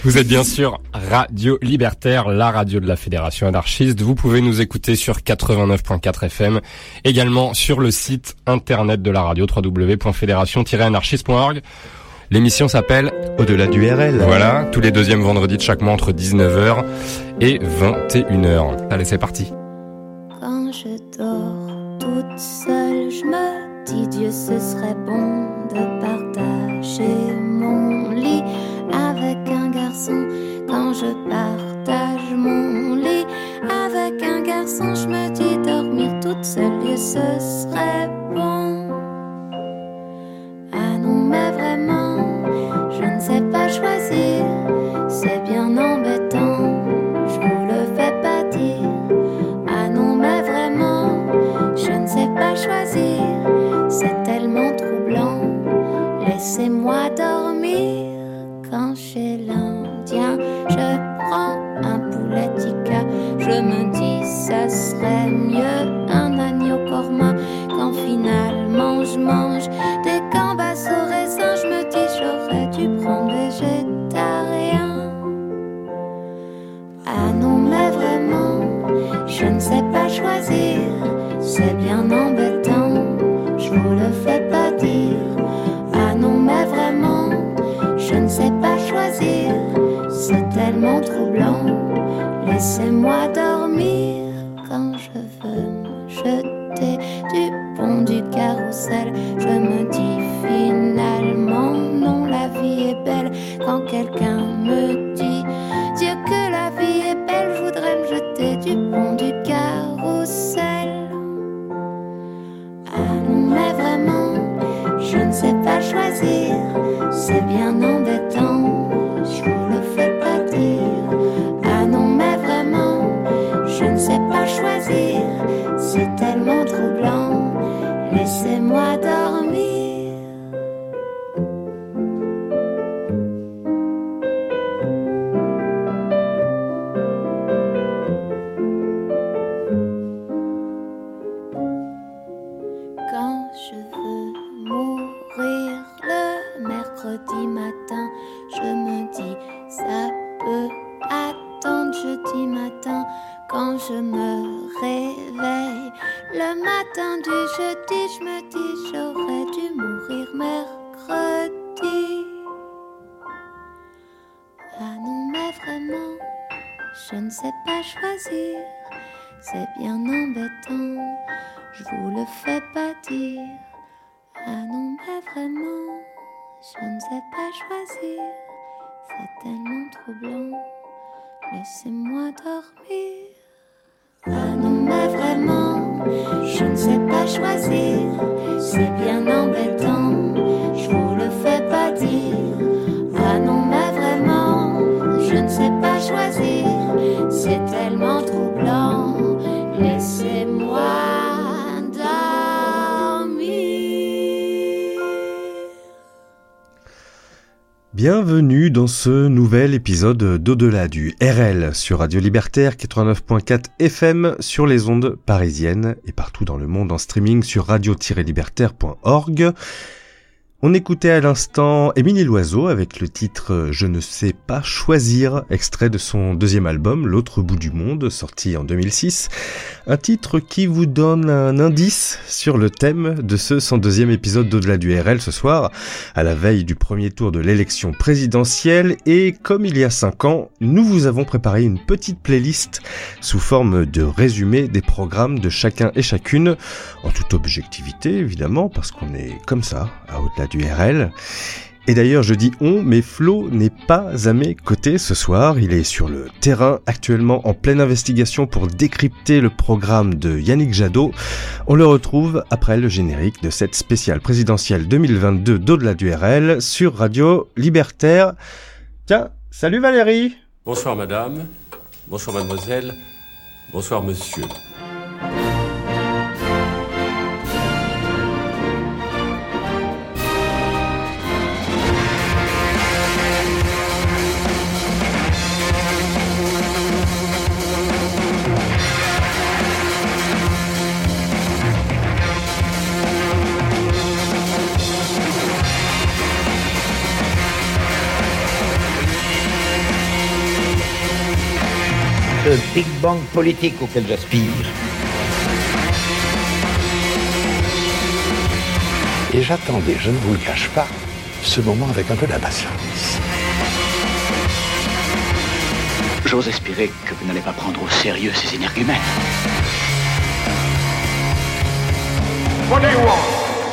Vous êtes bien sûr Radio Libertaire, la radio de la Fédération anarchiste. Vous pouvez nous écouter sur 89.4 FM, également sur le site internet de la radio www.fédération-anarchiste.org. L'émission s'appelle Au-delà du RL. Voilà, tous les deuxièmes vendredis de chaque mois entre 19h et 21h. Allez, c'est parti. Quand je dors toute seule, je me dis Dieu, ce serait bon de partager mon lit avec un garçon. Quand je partage mon lit avec un garçon, je me dis dormir toute seule, Dieu, ce serait bon. Ah non, mais vraiment, je ne sais pas choisir, c'est bien embêtant, je vous le fais pas dire. Ah non, mais vraiment, je ne sais pas choisir, c'est tellement troublant. Laissez-moi dormir quand chez l'Indien je prends un poulet tikka. Je me dis ça serait mieux un agneau korma. Quand finalement je mange des gambas au raisin, je me dis j'aurais dû prendre végétarien. Ah non mais vraiment, je ne sais pas choisir, c'est bien embêtant, je vous le fais pas dire. Ah non mais vraiment, je ne sais pas choisir, c'est tellement troublant. Laissez-moi dormir quand je veux me jeter du pont du carrousel. Je me dis finalement non, la vie est belle. Quand quelqu'un me dit Dieu que la vie est belle, je voudrais me jeter du pont du carrousel. Ah non mais vraiment, je ne sais pas choisir, c'est bien embêtant, je vous le fais pas dire. Ah non mais vraiment, je ne sais pas choisir, c'est tellement troublant, laissez-moi dormir. Quand je veux mourir le mercredi matin, je me dis ça peut attendre jeudi matin. Quand je me réveille le matin du jeudi, je me dis j'aurais dû mourir mercredi. Ah non mais vraiment, je ne sais pas choisir, c'est bien embêtant, je vous le fais pas dire. Ah non mais vraiment, je ne sais pas choisir, c'est tellement troublant, laissez-moi dormir. Ah non mais vraiment, je ne sais pas choisir, c'est bien embêtant, je vous le fais pas dire. Ah non mais vraiment, je ne sais pas choisir, c'est tellement troublant, laissez-moi Bienvenue dans ce nouvel épisode d'Au-delà du RL sur Radio Libertaire 89.4 FM sur les ondes parisiennes et partout dans le monde en streaming sur radio-libertaire.org. On écoutait à l'instant Émilie Loiseau avec le titre « Je ne sais pas choisir », extrait de son deuxième album « L'autre bout du monde », sorti en 2006. Un titre qui vous donne un indice sur le thème de ce 102e épisode d'Au-delà du RL ce soir, à la veille du premier tour de l'élection présidentielle. Et comme il y a 5 ans, nous vous avons préparé une petite playlist sous forme de résumé des programmes de chacun et chacune, en toute objectivité évidemment, parce qu'on est comme ça, à Au-delà du RL. Et d'ailleurs, je dis on, mais Flo n'est pas à mes côtés ce soir. Il est sur le terrain, actuellement en pleine investigation pour décrypter le programme de Yannick Jadot. On le retrouve après le générique de cette spéciale présidentielle 2022 d'Au-delà du RL sur Radio Libertaire. Tiens, salut Valérie. Bonsoir madame, bonsoir mademoiselle, bonsoir monsieur. ce Big Bang politique auquel j'aspire. Et j'attendais, je ne vous le cache pas, ce moment avec un peu d'impatience. J'ose espérer que vous n'allez pas prendre au sérieux ces énergumènes. What do you want?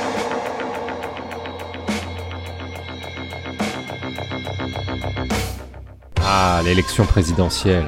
Ah, l'élection présidentielle.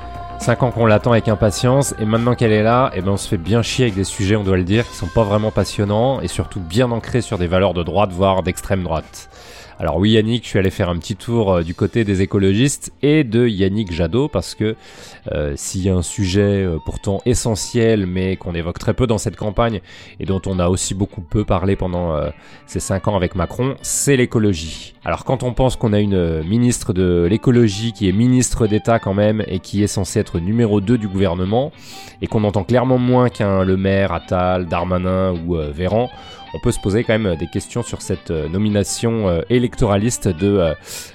5 ans qu'on l'attend avec impatience, et maintenant qu'elle est là, on se fait bien chier avec des sujets, on doit le dire, qui sont pas vraiment passionnants, et surtout bien ancrés sur des valeurs de droite, voire d'extrême droite. Alors oui Yannick, je suis allé faire un petit tour du côté des écologistes et de Yannick Jadot, parce que s'il y a un sujet pourtant essentiel, mais qu'on évoque très peu dans cette campagne, et dont on a aussi beaucoup peu parlé pendant ces 5 ans avec Macron, c'est l'écologie. Alors quand on pense qu'on a une ministre de l'écologie qui est ministre d'État quand même, et qui est censée être numéro 2 du gouvernement, et qu'on entend clairement moins qu'un Le Maire, Attal, Darmanin ou Véran, on peut se poser quand même des questions sur cette nomination électoraliste de...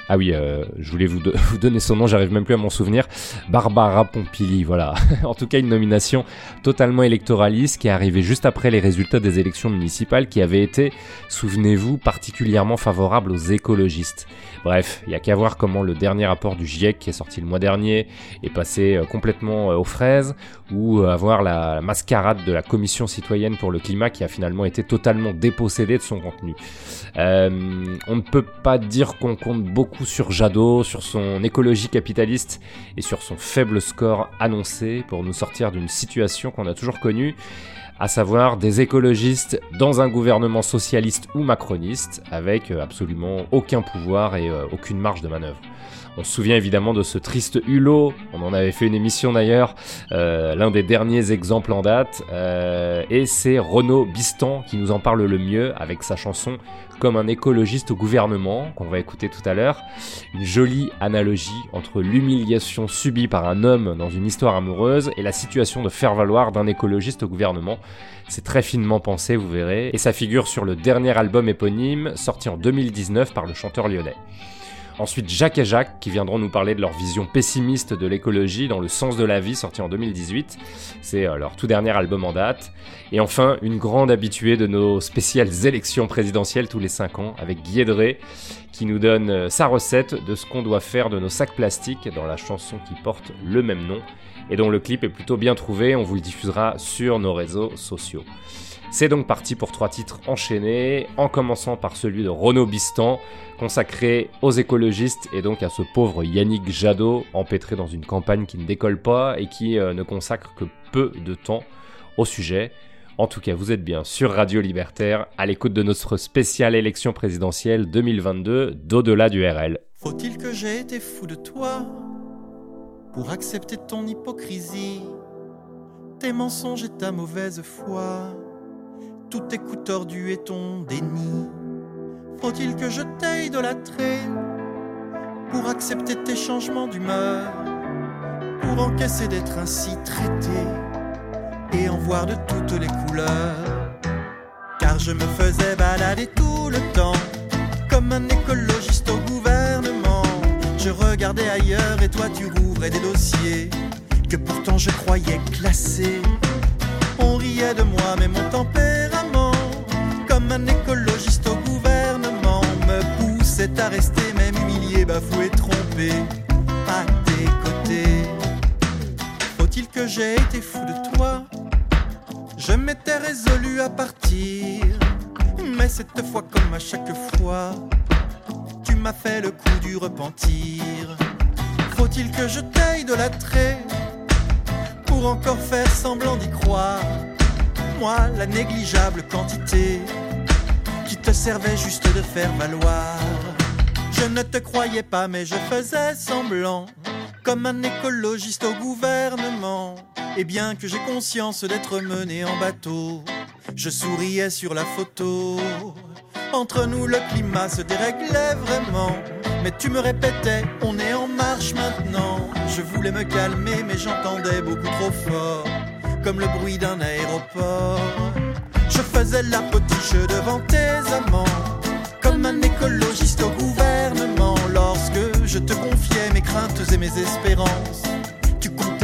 je voulais vous donner son nom, j'arrive même plus à m'en souvenir. Barbara Pompili, voilà. En tout cas, une nomination totalement électoraliste qui est arrivée juste après les résultats des élections municipales qui avaient été, souvenez-vous, particulièrement favorables aux écologistes. Bref, il y a qu'à voir comment le dernier rapport du GIEC qui est sorti le mois dernier est passé complètement aux fraises, ou à voir la mascarade de la Commission citoyenne pour le climat qui a finalement été totalement dépossédée de son contenu. On ne peut pas dire qu'on compte beaucoup sur Jadot, sur son écologie capitaliste et sur son faible score annoncé pour nous sortir d'une situation qu'on a toujours connue, à savoir des écologistes dans un gouvernement socialiste ou macroniste avec absolument aucun pouvoir et aucune marge de manœuvre. On se souvient évidemment de ce triste hulot, on en avait fait une émission d'ailleurs, l'un des derniers exemples en date, et c'est Renaud Bistan qui nous en parle le mieux avec sa chanson « Comme un écologiste au gouvernement » qu'on va écouter tout à l'heure. Une jolie analogie entre l'humiliation subie par un homme dans une histoire amoureuse et la situation de faire valoir d'un écologiste au gouvernement. C'est très finement pensé, vous verrez, et ça figure sur le dernier album éponyme sorti en 2019 par le chanteur lyonnais. Ensuite, Jacques et Jacques, qui viendront nous parler de leur vision pessimiste de l'écologie dans Le Sens de la Vie, sorti en 2018. C'est leur tout dernier album en date. Et enfin, une grande habituée de nos spéciales élections présidentielles tous les 5 ans, avec Guy Edré, qui nous donne sa recette de ce qu'on doit faire de nos sacs plastiques dans la chanson qui porte le même nom, et dont le clip est plutôt bien trouvé, on vous le diffusera sur nos réseaux sociaux. C'est donc parti pour 3 titres enchaînés, en commençant par celui de Renaud Bistan, consacré aux écologistes et donc à ce pauvre Yannick Jadot, empêtré dans une campagne qui ne décolle pas et qui ne consacre que peu de temps au sujet. En tout cas, vous êtes bien sur Radio Libertaire, à l'écoute de notre spéciale élection présidentielle 2022 d'Au-delà du RL. Faut-il que j'ai été fou de toi pour accepter ton hypocrisie, tes mensonges et ta mauvaise foi, tous tes coups tordus et ton déni? Faut-il que je t'aie idolâtré pour accepter tes changements d'humeur, pour encaisser d'être ainsi traité et en voir de toutes les couleurs? Car je me faisais balader tout le temps comme un écologiste au gouvernement. Je regardais ailleurs et toi tu rouvrais des dossiers que pourtant je croyais classés. On riait de moi mais mon tempérament, comme un écologiste au gouvernement, me poussait à rester même humilié, bafoué, trompé à tes côtés. Faut-il que j'ai été fou de toi? Je m'étais résolu à partir, mais cette fois comme à chaque fois, tu m'as fait le coup du repentir. Faut-il que je t'aie idolâtré pour encore faire semblant d'y croire? Moi, la négligeable quantité qui te servait juste de faire valoir. Je ne te croyais pas mais je faisais semblant, comme un écologiste au gouvernement. Et bien que j'ai conscience d'être mené en bateau, je souriais sur la photo. Entre nous le climat se déréglait vraiment, mais tu me répétais on est en marche maintenant. Je voulais me calmer mais j'entendais beaucoup trop fort, comme le bruit d'un aéroport. Je faisais la potiche devant tes amants, comme un écologiste au gouvernement. Lorsque je te confiais mes craintes et mes espérances, tu comptais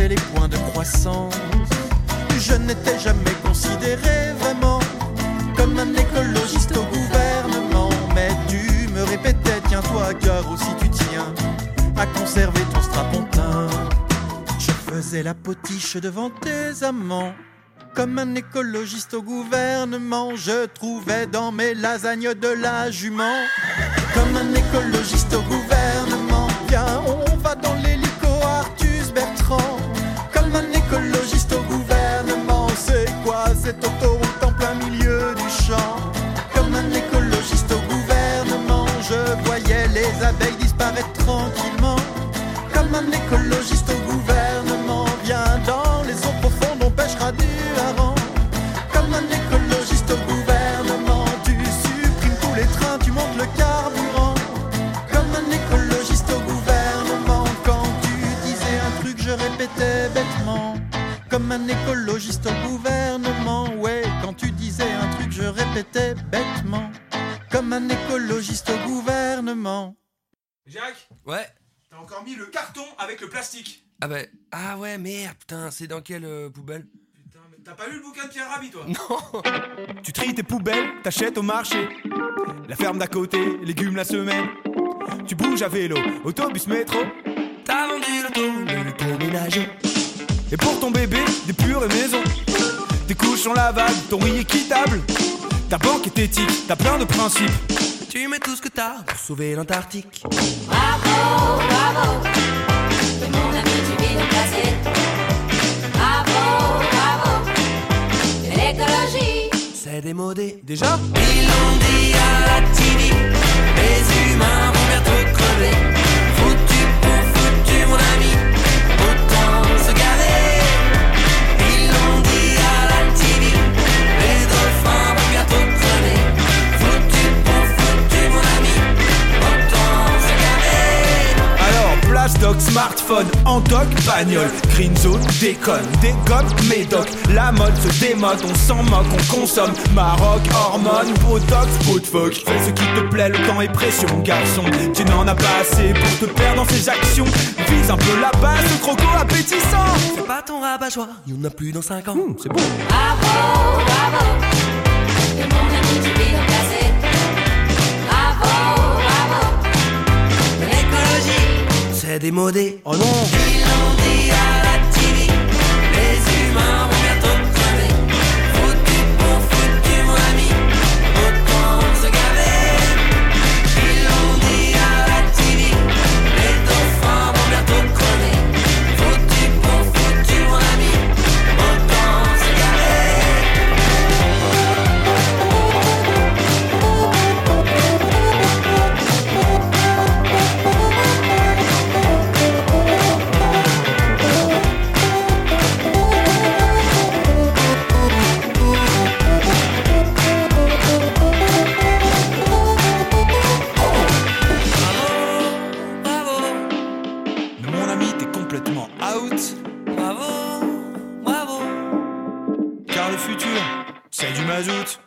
les points de croissance. Je n'étais jamais considéré vraiment comme un écologiste au gouvernement. Mais tu me répétais, tiens-toi, car aussi tu tiens à conserver ton strapontin. Je faisais la potiche devant tes amants. Comme un écologiste au gouvernement, je trouvais dans mes lasagnes de la jument. Comme un écologiste au gouvernement, viens, on va dans l'hélico Artus Bertrand. Comme un écologiste au gouvernement, c'est quoi cette autoroute en plein milieu du champ? Comme un écologiste au gouvernement, je voyais les abeilles disparaître tranquillement. Comme un écologiste au gouvernement, viens dans les eaux profondes, on pêchera du hareng. Comme un écologiste au gouvernement, tu supprimes tous les trains, tu montes le carburant. Comme un écologiste au gouvernement, quand tu disais un truc, je répétais bêtement. Comme un écologiste au gouvernement, ouais, quand tu disais un truc, je répétais bêtement. Comme un écologiste au gouvernement. Jacques ? Ouais. T'as encore mis le carton avec le plastique. Ah ouais, merde, putain, c'est dans quelle poubelle? Putain, mais t'as pas lu le bouquin de Pierre Rabhi, toi? Non. Tu tries tes poubelles, t'achètes au marché. La ferme d'à côté, légumes la semaine. Tu bouges à vélo, autobus, métro. T'as vendu l'auto, l'électroménager. Et pour ton bébé, des pures maisons. Tes couches sont lavables, ton riz équitable. Ta banque est éthique, t'as plein de principes. Tu mets tout ce que t'as pour sauver l'Antarctique. Bravo, bravo, mon ami, tu vis donc placé. Bravo, bravo, l'écologie. C'est démodé. Déjà? Ils l'ont dit à la TV. Les humains vont bientôt crever. Foutu pour foutu, mon ami. Autant se garer. Ils l'ont dit à la TV. Les dauphins vont bientôt crever. Foutu pour foutu, mon ami. Autant se garer. Alors, place doc, smartphone, en doc, bagnole. Green zone, déconne, dégomme, médoc. La mode se démode, on s'en moque, on consomme. Maroc, hormones, botox, peau de phoque. Fais ce qui te plaît, le temps est précieux, mon garçon. Tu n'en as pas assez pour te perdre dans ces actions. Vise un peu la base, le croco appétissant. Fais pas ton rabat-joie, il y en a plus dans 5 ans. C'est bon. Bravo, bravo, mon ami, tu vis donc placé. Bravo, bravo, l'écologie. C'est démodé. Oh non. Ils l'ont dit à la TV. Les humains vont bientôt crever. Foutu pour foutu, mon ami. Autant se gaver. Ils l'ont dit à la TV. Les dauphins vont bientôt crever. Foutu pour foutu, mon ami. Autant se gaver. Mais mon ami, t'es complètement out. Bravo, bravo. Car le futur, c'est du mazout.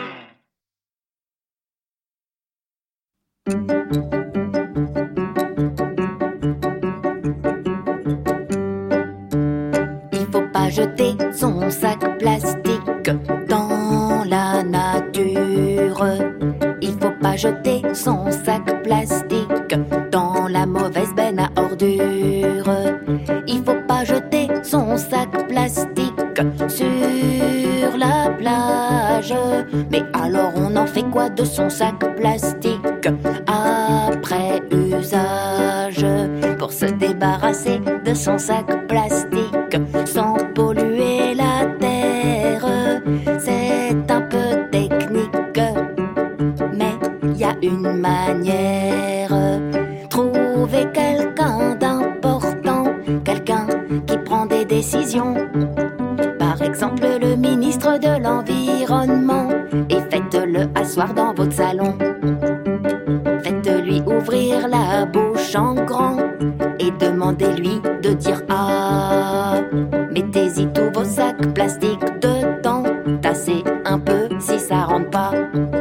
Il faut pas jeter son sac plastique dans la nature. Il faut pas jeter son sac plastique dans la mauvaise benne à ordures. Il faut pas jeter son sac plastique sur la plage. Mais alors on en fait quoi de son sac plastique après usage? Pour se débarrasser de son sac plastique sans polluer la terre, c'est un peu technique, mais y a une manière. Trouver quelqu'un d'important, quelqu'un qui prend des décisions. Par exemple le ministre de l'Environnement, et faites-le asseoir dans votre salon. Faites-lui ouvrir la bouche en grand et demandez-lui de dire ah. Mettez-y tous vos sacs plastiques dedans, tassez un peu si ça rentre pas.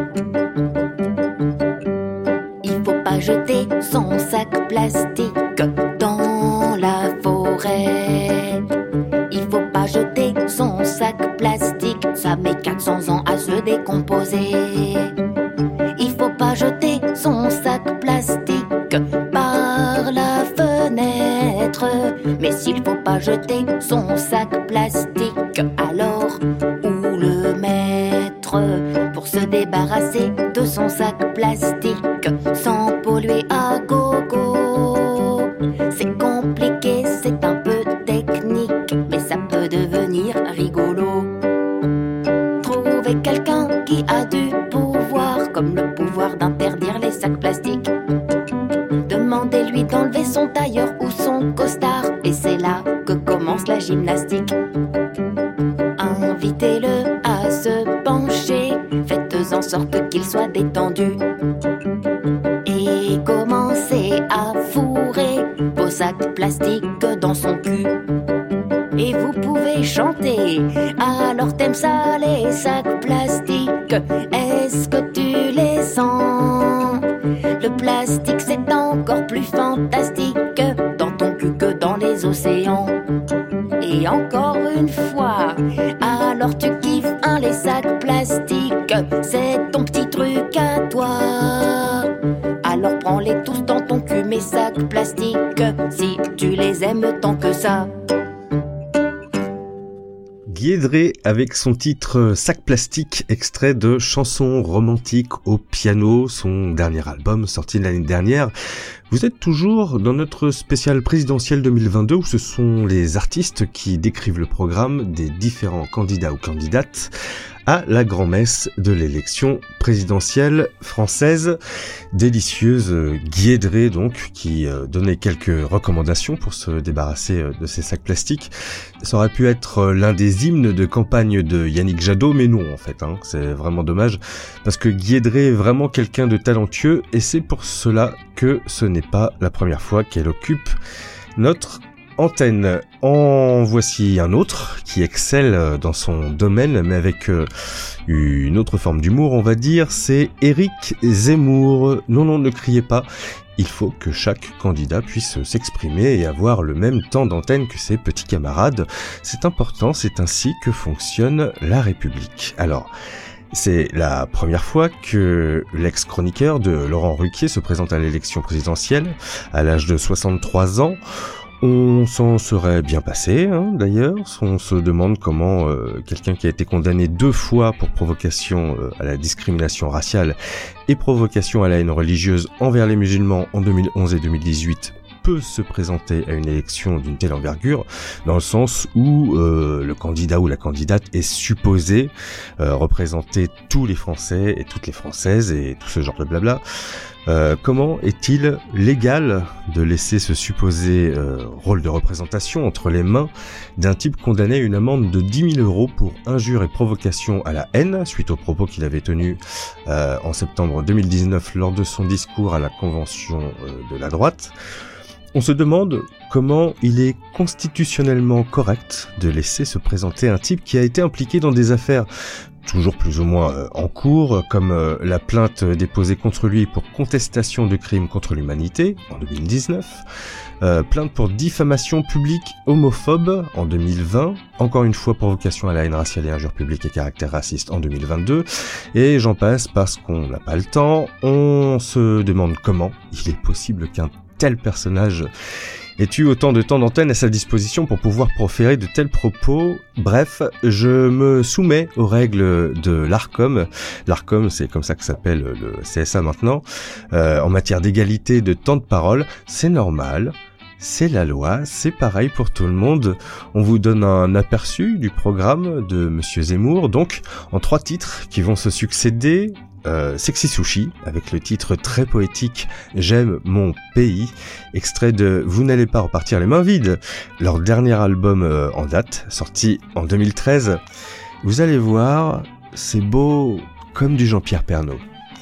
Il faut pas jeter son sac plastique dans la forêt. 400 ans à se décomposer. Il faut pas jeter son sac plastique par la fenêtre. Mais s'il faut pas jeter son sac plastique, alors où le mettre pour se débarrasser de son sac plastique sans polluer à gogo? C'est compliqué, c'est un peu technique, mais ça peut devenir rigolo. Trouver quelqu'un qui a du pouvoir, comme le pouvoir d'interdire les sacs plastiques. Demandez-lui d'enlever son tailleur ou son costard, et c'est là que commence la gymnastique. Invitez-le à se pencher, faites en sorte qu'il soit détendu. Et commencez à fourrer vos sacs plastiques dans son cul. Et vous pouvez chanter, alors t'aimes ça les sacs plastiques? Est-ce que tu les sens? Le plastique c'est encore plus fantastique dans ton cul que dans les océans. Et encore une fois, alors tu kiffes les sacs plastiques, c'est ton petit truc à toi. Alors prends-les tous dans ton cul, mes sacs plastiques, si tu les aimes tant que ça. Guy Edré avec son titre Sac plastique, extrait de Chansons romantiques au piano, son dernier album sorti l'année dernière. Vous êtes toujours dans notre spécial présidentiel 2022 où ce sont les artistes qui décrivent le programme des différents candidats ou candidates à la grand-messe de l'élection présidentielle française. Délicieuse Guy Edré donc, qui donnait quelques recommandations pour se débarrasser de ces sacs plastiques. Ça aurait pu être l'un des hymnes de campagne de Yannick Jadot, mais non en fait, c'est vraiment dommage, parce que Guy Edré est vraiment quelqu'un de talentueux, et c'est pour cela que ce n'est pas la première fois qu'elle occupe notre antenne. En voici un autre qui excelle dans son domaine, mais avec une autre forme d'humour, on va dire, c'est Éric Zemmour. Non, ne criez pas. Il faut que chaque candidat puisse s'exprimer et avoir le même temps d'antenne que ses petits camarades. C'est important, c'est ainsi que fonctionne la République. Alors, c'est la première fois que l'ex-chroniqueur de Laurent Ruquier se présente à l'élection présidentielle à l'âge de 63 ans. On s'en serait bien passé, d'ailleurs. On se demande comment quelqu'un qui a été condamné 2 fois pour provocation à la discrimination raciale et provocation à la haine religieuse envers les musulmans en 2011 et 2018 peut se présenter à une élection d'une telle envergure, dans le sens où le candidat ou la candidate est supposé représenter tous les Français et toutes les Françaises et tout ce genre de blabla. Comment est-il légal de laisser ce supposé rôle de représentation entre les mains d'un type condamné à une amende de 10 000 € pour injure et provocation à la haine, suite aux propos qu'il avait tenus en septembre 2019 lors de son discours à la convention de la droite? On se demande comment il est constitutionnellement correct de laisser se présenter un type qui a été impliqué dans des affaires toujours plus ou moins en cours, comme la plainte déposée contre lui pour contestation de crimes contre l'humanité en 2019, plainte pour diffamation publique homophobe en 2020, encore une fois provocation à la haine raciale et injure publique et caractère raciste en 2022, et j'en passe parce qu'on n'a pas le temps. On se demande comment il est possible qu'un tel personnage ait eu autant de temps d'antenne à sa disposition pour pouvoir proférer de tels propos. Bref, je me soumets aux règles de l'ARCOM. L'ARCOM, c'est comme ça que s'appelle le CSA maintenant. En matière d'égalité de temps de parole, c'est normal. C'est la loi, c'est pareil pour tout le monde. On vous donne un aperçu du programme de Monsieur Zemmour, donc en 3 titres qui vont se succéder. Sexy Sushi, avec le titre très poétique « J'aime mon pays », extrait de « Vous n'allez pas repartir les mains vides », leur dernier album en date, sorti en 2013. Vous allez voir, c'est beau comme du Jean-Pierre Pernaut.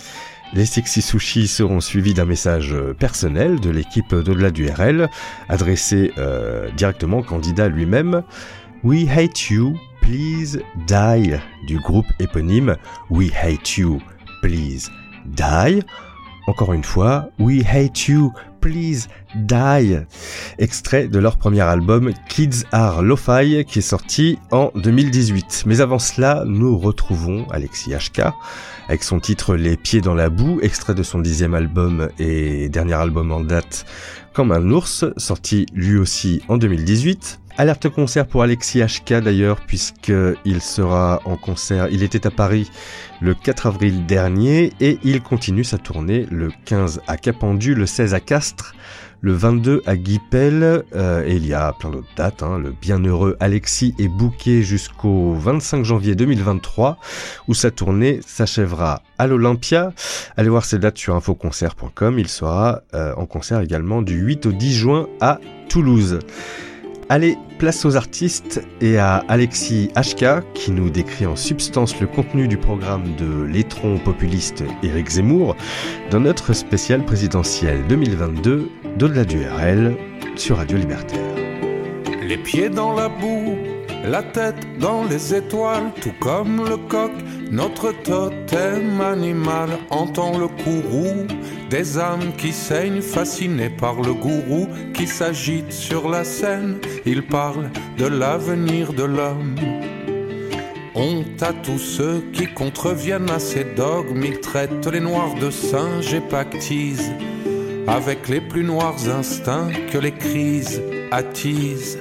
Les Sexy Sushi seront suivis d'un message personnel de l'équipe d'Au-delà du RL, adressé directement au candidat lui-même. « We hate you, please die » du groupe éponyme « We hate you, please die ». Encore une fois, « We hate you, Please Die, extrait de leur premier album Kids Are Lo-Fi qui est sorti en 2018. Mais avant cela, nous retrouvons Alexis HK avec son titre Les Pieds dans la Boue, extrait de son 10e album et dernier album en date Comme un ours, sorti lui aussi en 2018. Alerte concert pour Alexis HK d'ailleurs, puisqu'il sera en concert, il était à Paris le 4 avril dernier et il continue sa tournée le 15 à Capendu, le 16 à Castres, le 22 à Guipel, et il y a plein d'autres dates, le bienheureux Alexis est booké jusqu'au 25 janvier 2023, où sa tournée s'achèvera à l'Olympia. Allez voir ses dates sur infoconcert.com, il sera en concert également du 8 au 10 juin à Toulouse. Allez, place aux artistes et à Alexis HK qui nous décrit en substance le contenu du programme de l'étron populiste Éric Zemmour dans notre spécial présidentiel 2022 d'Au-delà du RL sur Radio Libertaire. Les pieds dans la boue, la tête dans les étoiles, tout comme le coq, notre totem animal entend le courroux des âmes qui saignent, fascinées par le gourou qui s'agite sur la scène. Il parle de l'avenir de l'homme. Honte à tous ceux qui contreviennent à ces dogmes. Il traite les noirs de singes et pactise avec les plus noirs instincts que les crises attisent.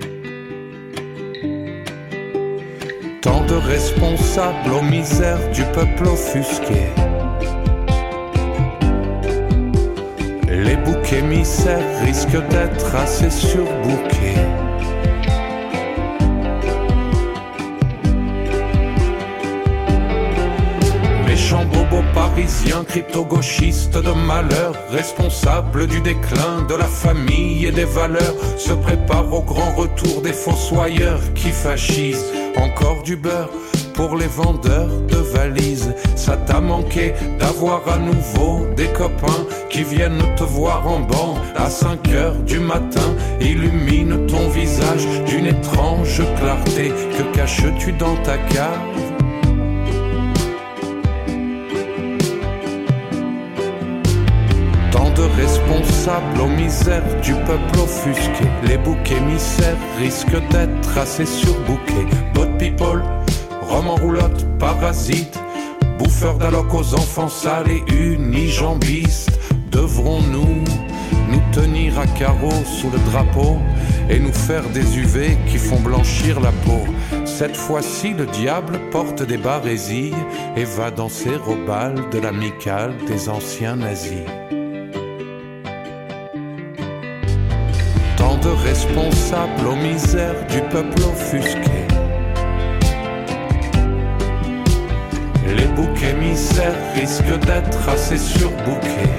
Tant de responsables aux misères du peuple offusqué. Les boucs émissaires risquent d'être assez surbookés. Méchants bobos parisiens, crypto-gauchistes de malheur, responsables du déclin de la famille et des valeurs, se préparent au grand retour des fossoyeurs qui fascisent. Encore du beurre pour les vendeurs de valises. Ça t'a manqué d'avoir à nouveau des copains qui viennent te voir en banc à 5h du matin. Illumine ton visage d'une étrange clarté. Que caches-tu dans ta cave? Tant de responsables aux misères du peuple offusqué. Les boucs émissaires risquent d'être assez surbookés. Bot people, rhum en roulotte, parasites, bouffeurs d'alloc aux enfants sales et unijambistes. Devrons-nous nous tenir à carreau sous le drapeau et nous faire des UV qui font blanchir la peau? Cette fois-ci, le diable porte des barésilles et va danser au bal de l'amicale des anciens nazis. Tant de responsables aux misères du peuple offusqué. Les boucs émissaires risquent d'être assez surbookés.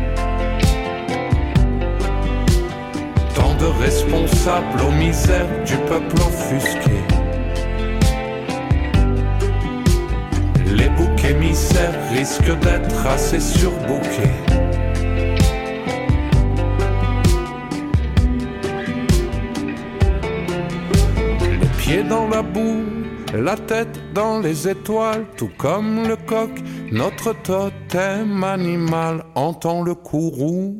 Tant de responsables aux misères du peuple offusqué. Les boucs émissaires risquent d'être assez surbookés. Les pieds dans la boue, la tête dans les étoiles, tout comme le coq, notre totem animal entend le courroux.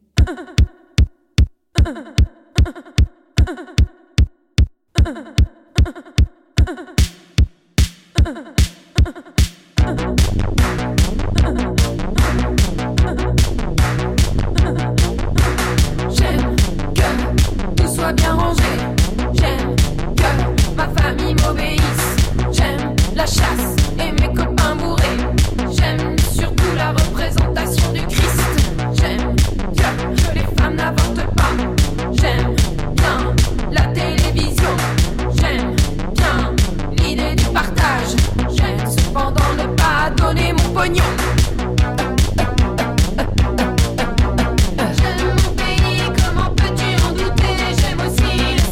J'aime que tout soit bien rangé. J'aime que ma famille m'obéisse. J'aime la chasse et mes copains bourrés. J'aime surtout la représentation du Christ. J'aime que les femmes n'avortent pas. J'aime bien la télévision. J'aime bien l'idée du partage. J'aime cependant ne pas donner mon pognon. J'aime mon pays, comment peux-tu en douter? J'aime aussi les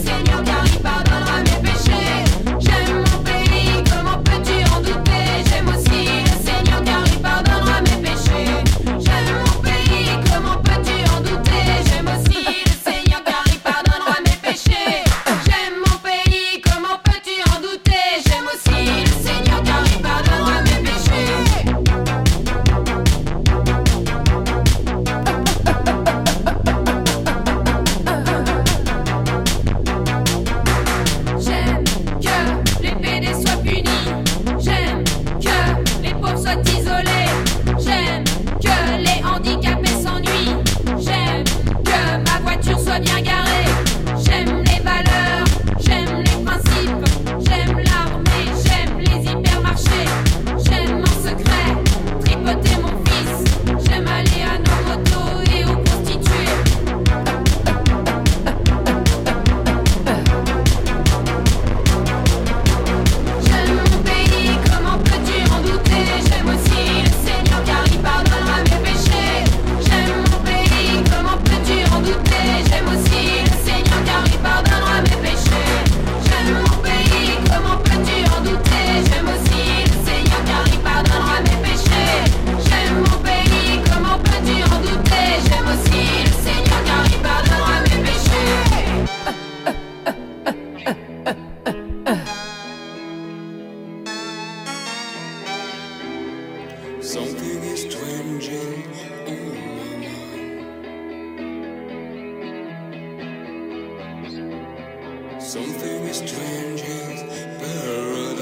Something strange is paradise.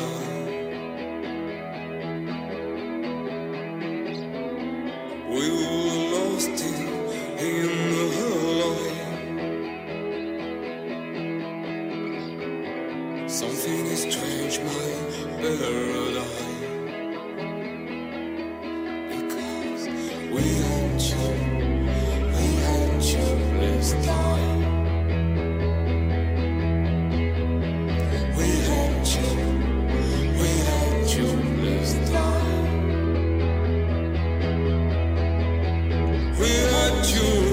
We were lost in the light. Something is strange, my paradise. Because we had you last time. We had you last time. We had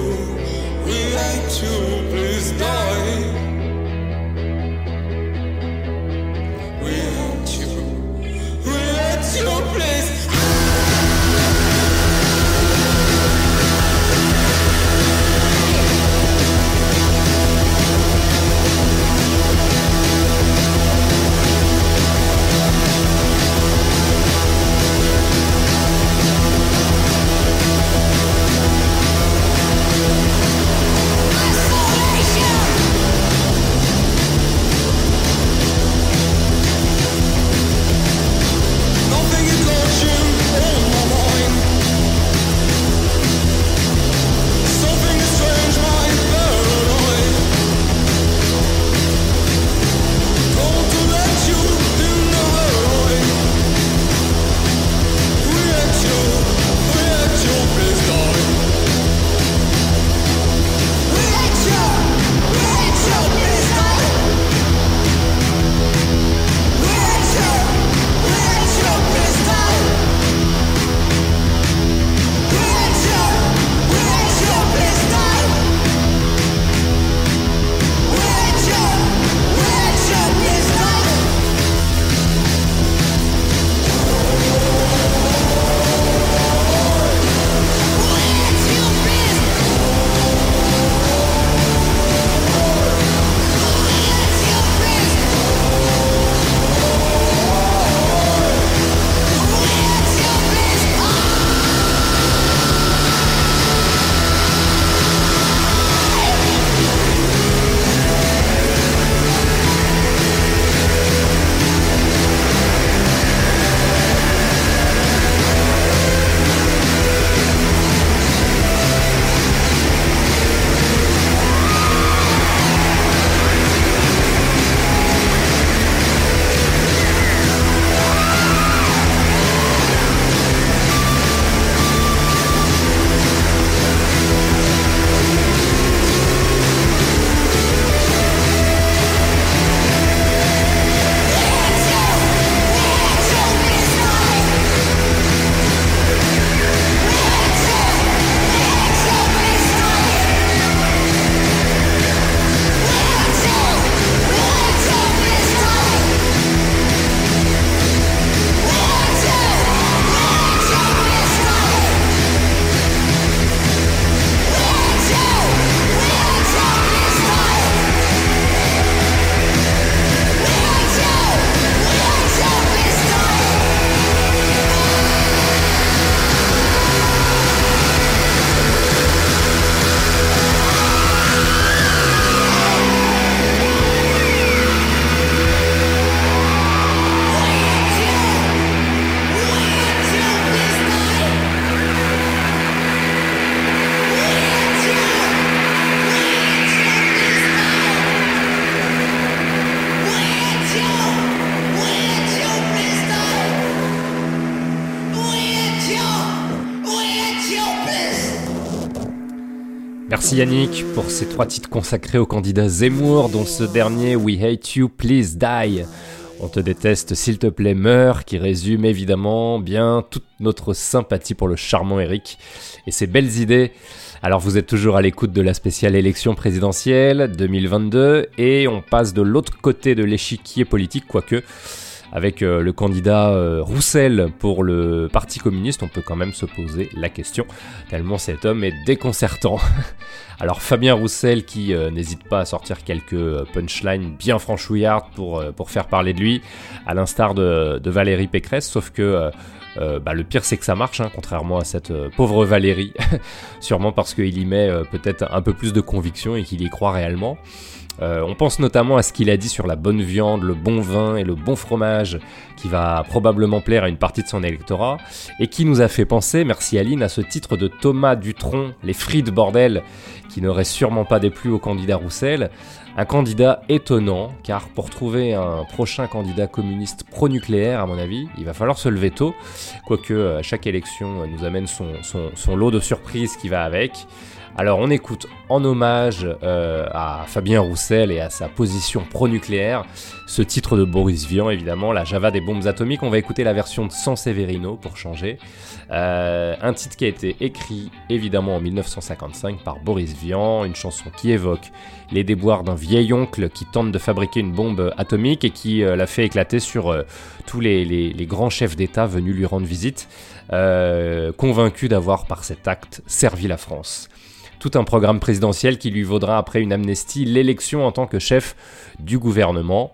you, please die. We had you, please. Merci Yannick pour ces 3 titres consacrés au candidat Zemmour, dont ce dernier We Hate You, Please Die. On te déteste, s'il te plaît, meurs, qui résume évidemment bien toute notre sympathie pour le charmant Eric et ses belles idées. Alors vous êtes toujours à l'écoute de la spéciale élection présidentielle 2022 et on passe de l'autre côté de l'échiquier politique, quoique avec le candidat Roussel pour le Parti communiste, on peut quand même se poser la question, tellement cet homme est déconcertant. Alors Fabien Roussel qui n'hésite pas à sortir quelques punchlines bien franchouillardes pour faire parler de lui, à l'instar de Valérie Pécresse, sauf que le pire c'est que ça marche, contrairement à cette pauvre Valérie, sûrement parce qu'il y met peut-être un peu plus de conviction et qu'il y croit réellement. On pense notamment à ce qu'il a dit sur la bonne viande, le bon vin et le bon fromage, qui va probablement plaire à une partie de son électorat, et qui nous a fait penser, merci Aline, à ce titre de Thomas Dutronc, les frites bordel, qui n'aurait sûrement pas déplu au candidat Roussel. Un candidat étonnant, car pour trouver un prochain candidat communiste pro-nucléaire, à mon avis, il va falloir se lever tôt, quoique chaque élection nous amène son lot de surprises qui va avec. Alors on écoute en hommage à Fabien Roussel et à sa position pro-nucléaire ce titre de Boris Vian, évidemment, la Java des bombes atomiques. On va écouter la version de Sanseverino pour changer. Un titre qui a été écrit évidemment en 1955 par Boris Vian, une chanson qui évoque les déboires d'un vieil oncle qui tente de fabriquer une bombe atomique et qui l'a fait éclater sur tous les grands chefs d'État venus lui rendre visite, convaincus d'avoir par cet acte servi la France. Tout un programme présidentiel qui lui vaudra après une amnistie l'élection en tant que chef du gouvernement.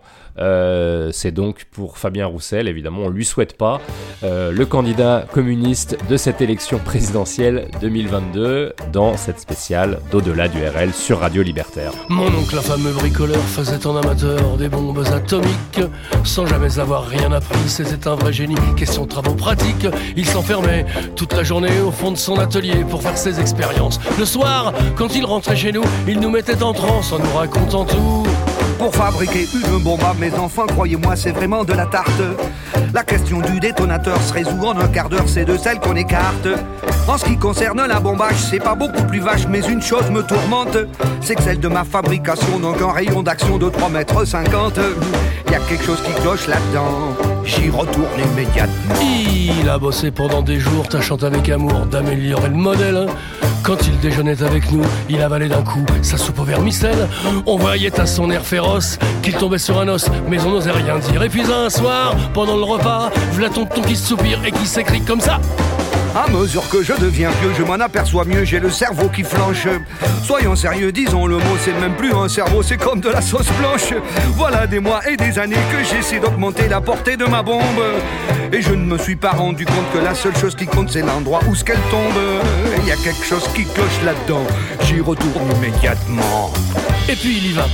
C'est donc pour Fabien Roussel, évidemment on lui souhaite pas, le candidat communiste de cette élection présidentielle 2022 dans cette spéciale d'Au-delà du RL sur Radio Libertaire. Mon oncle, un fameux bricoleur, faisait en amateur des bombes atomiques sans jamais avoir rien appris, c'était un vrai génie. Question de travaux pratiques, il s'enfermait toute la journée au fond de son atelier pour faire ses expériences. Le soir, quand il rentrait chez nous, il nous mettait en transe en nous racontant tout. Pour fabriquer une bombe à mes enfants, croyez-moi, c'est vraiment de la tarte. La question du détonateur se résout en un quart d'heure, c'est de celle qu'on écarte. En ce qui concerne la bombage, c'est pas beaucoup plus vache, mais une chose me tourmente, c'est que celle de ma fabrication n'a qu'un rayon d'action de 3,50 m. Y a quelque chose qui cloche là-dedans, j'y retourne immédiatement. Il a bossé pendant des jours, tâchant avec amour d'améliorer le modèle. Quand il déjeunait avec nous, il avalait d'un coup sa soupe au vermicelle. On voyait à son air féroce qu'il tombait sur un os, mais on n'osait rien dire. Et puis un soir, pendant le repas, v'là tonton qui soupire et qui s'écrie comme ça. À mesure que je deviens vieux, je m'en aperçois mieux, j'ai le cerveau qui flanche. Soyons sérieux, disons le mot, c'est même plus un cerveau, c'est comme de la sauce blanche. Voilà des mois et des années que j'essaie d'augmenter la portée de ma bombe. Et je ne me suis pas rendu compte que la seule chose qui compte, c'est l'endroit où ce qu'elle tombe. Il y a quelque chose qui cloche là-dedans, j'y retourne immédiatement. Et puis il y va.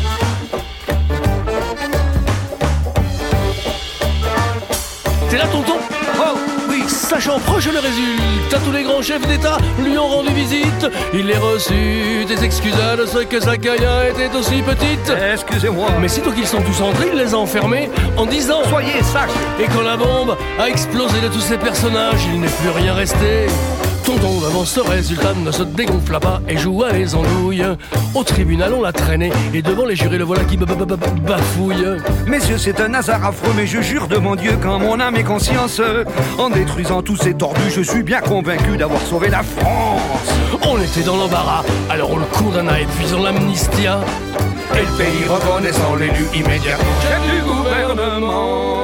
T'es là, tonton? Oh oui. Sachant proche le résultat, tous les grands chefs d'État lui ont rendu visite. Il les reçut, des excusa de ce que sa caïa était aussi petite. Excusez-moi. Mais sitôt qu'ils sont tous entrés, il les a enfermés en disant: soyez sages. Et quand la bombe a explosé de tous ces personnages, il n'est plus rien resté. Tonton, devant ce résultat, ne se dégonfla pas et joua les andouilles. Au tribunal, on l'a traîné et devant les jurés, le voilà qui bafouille. Messieurs, c'est un hasard affreux, mais je jure de mon Dieu qu'en mon âme et conscience, en détruisant tous ces tordus, je suis bien convaincu d'avoir sauvé la France. On était dans l'embarras, alors on le condamna et puis on l'amnistia. Et le pays reconnaissant l'élu immédiatement chef du gouvernement.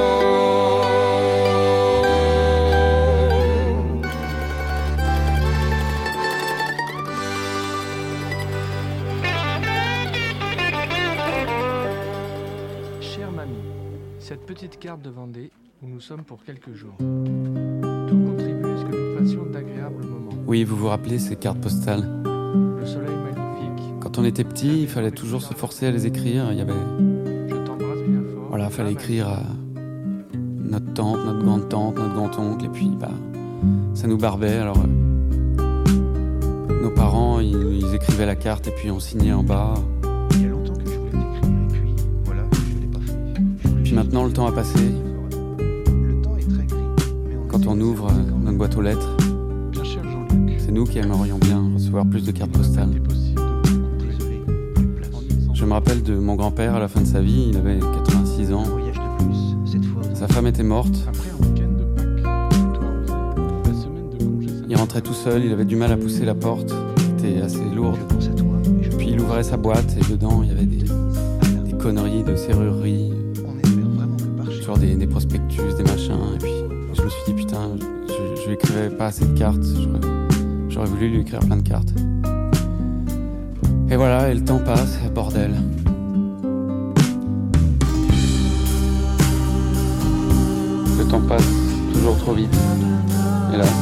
Cette petite carte de Vendée où nous sommes pour quelques jours. Tout contribue à ce que nous passions d'agréables moments. Oui, vous vous rappelez ces cartes postales? Le soleil magnifique. Quand on était petit, il fallait toujours se forcer à les écrire. Il y avait... Je t'embrasse bien fort. Voilà, il fallait écrire à notre tante, notre grande-tante, notre grand-oncle. Et puis, ça nous barbait. Alors, nos parents, ils écrivaient la carte et puis on signait en bas. Il y a longtemps que je voulais t'écrire et puis, voilà, je l'ai pas fait. Puis maintenant, le temps a passé. Le temps est très gris. Mais quand on ouvre notre boîte aux lettres, bien cher Jean-Luc, c'est nous qui aimerions bien recevoir plus de cartes postales. Je me rappelle de mon grand-père à la fin de sa vie, il avait 86 ans. Sa femme était morte. Il rentrait tout seul, il avait du mal à pousser la porte, c'était assez lourde. Puis il ouvrait sa boîte et dedans il y avait des conneries de serrurerie, genre des prospectus, des machins. Et puis je me suis dit putain, je lui écrivais pas assez de cartes, j'aurais voulu lui écrire plein de cartes. Et voilà, et le temps passe, bordel. Le temps passe toujours trop vite. Et là,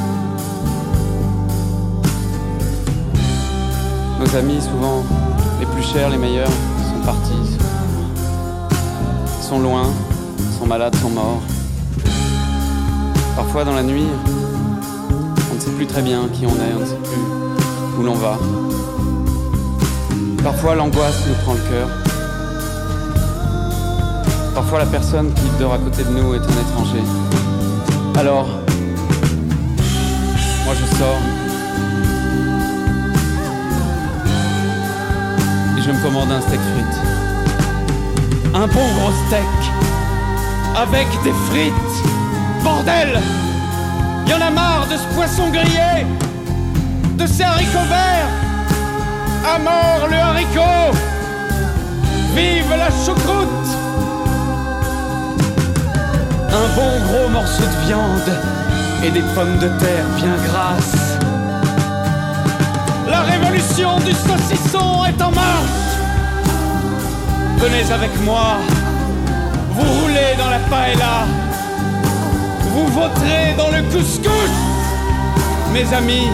nos amis, souvent les plus chers, les meilleurs, sont partis, sont loin, sont malades, sont morts. Parfois dans la nuit, on ne sait plus très bien qui on est, on ne sait plus où l'on va. Parfois l'angoisse nous prend le cœur. Parfois la personne qui dort à côté de nous est un étranger. Alors, moi je sors et je me commande un steak frites. Un bon gros steak avec des frites. Bordel! Y'en a marre de ce poisson grillé, de ces haricots verts. À mort le haricot! Vive la choucroute! Un bon gros morceau de viande et des pommes de terre bien grasses. La révolution du saucisson est en marche. Venez avec moi, vous roulez dans la paella, vous vautrez dans le couscous, mes amis.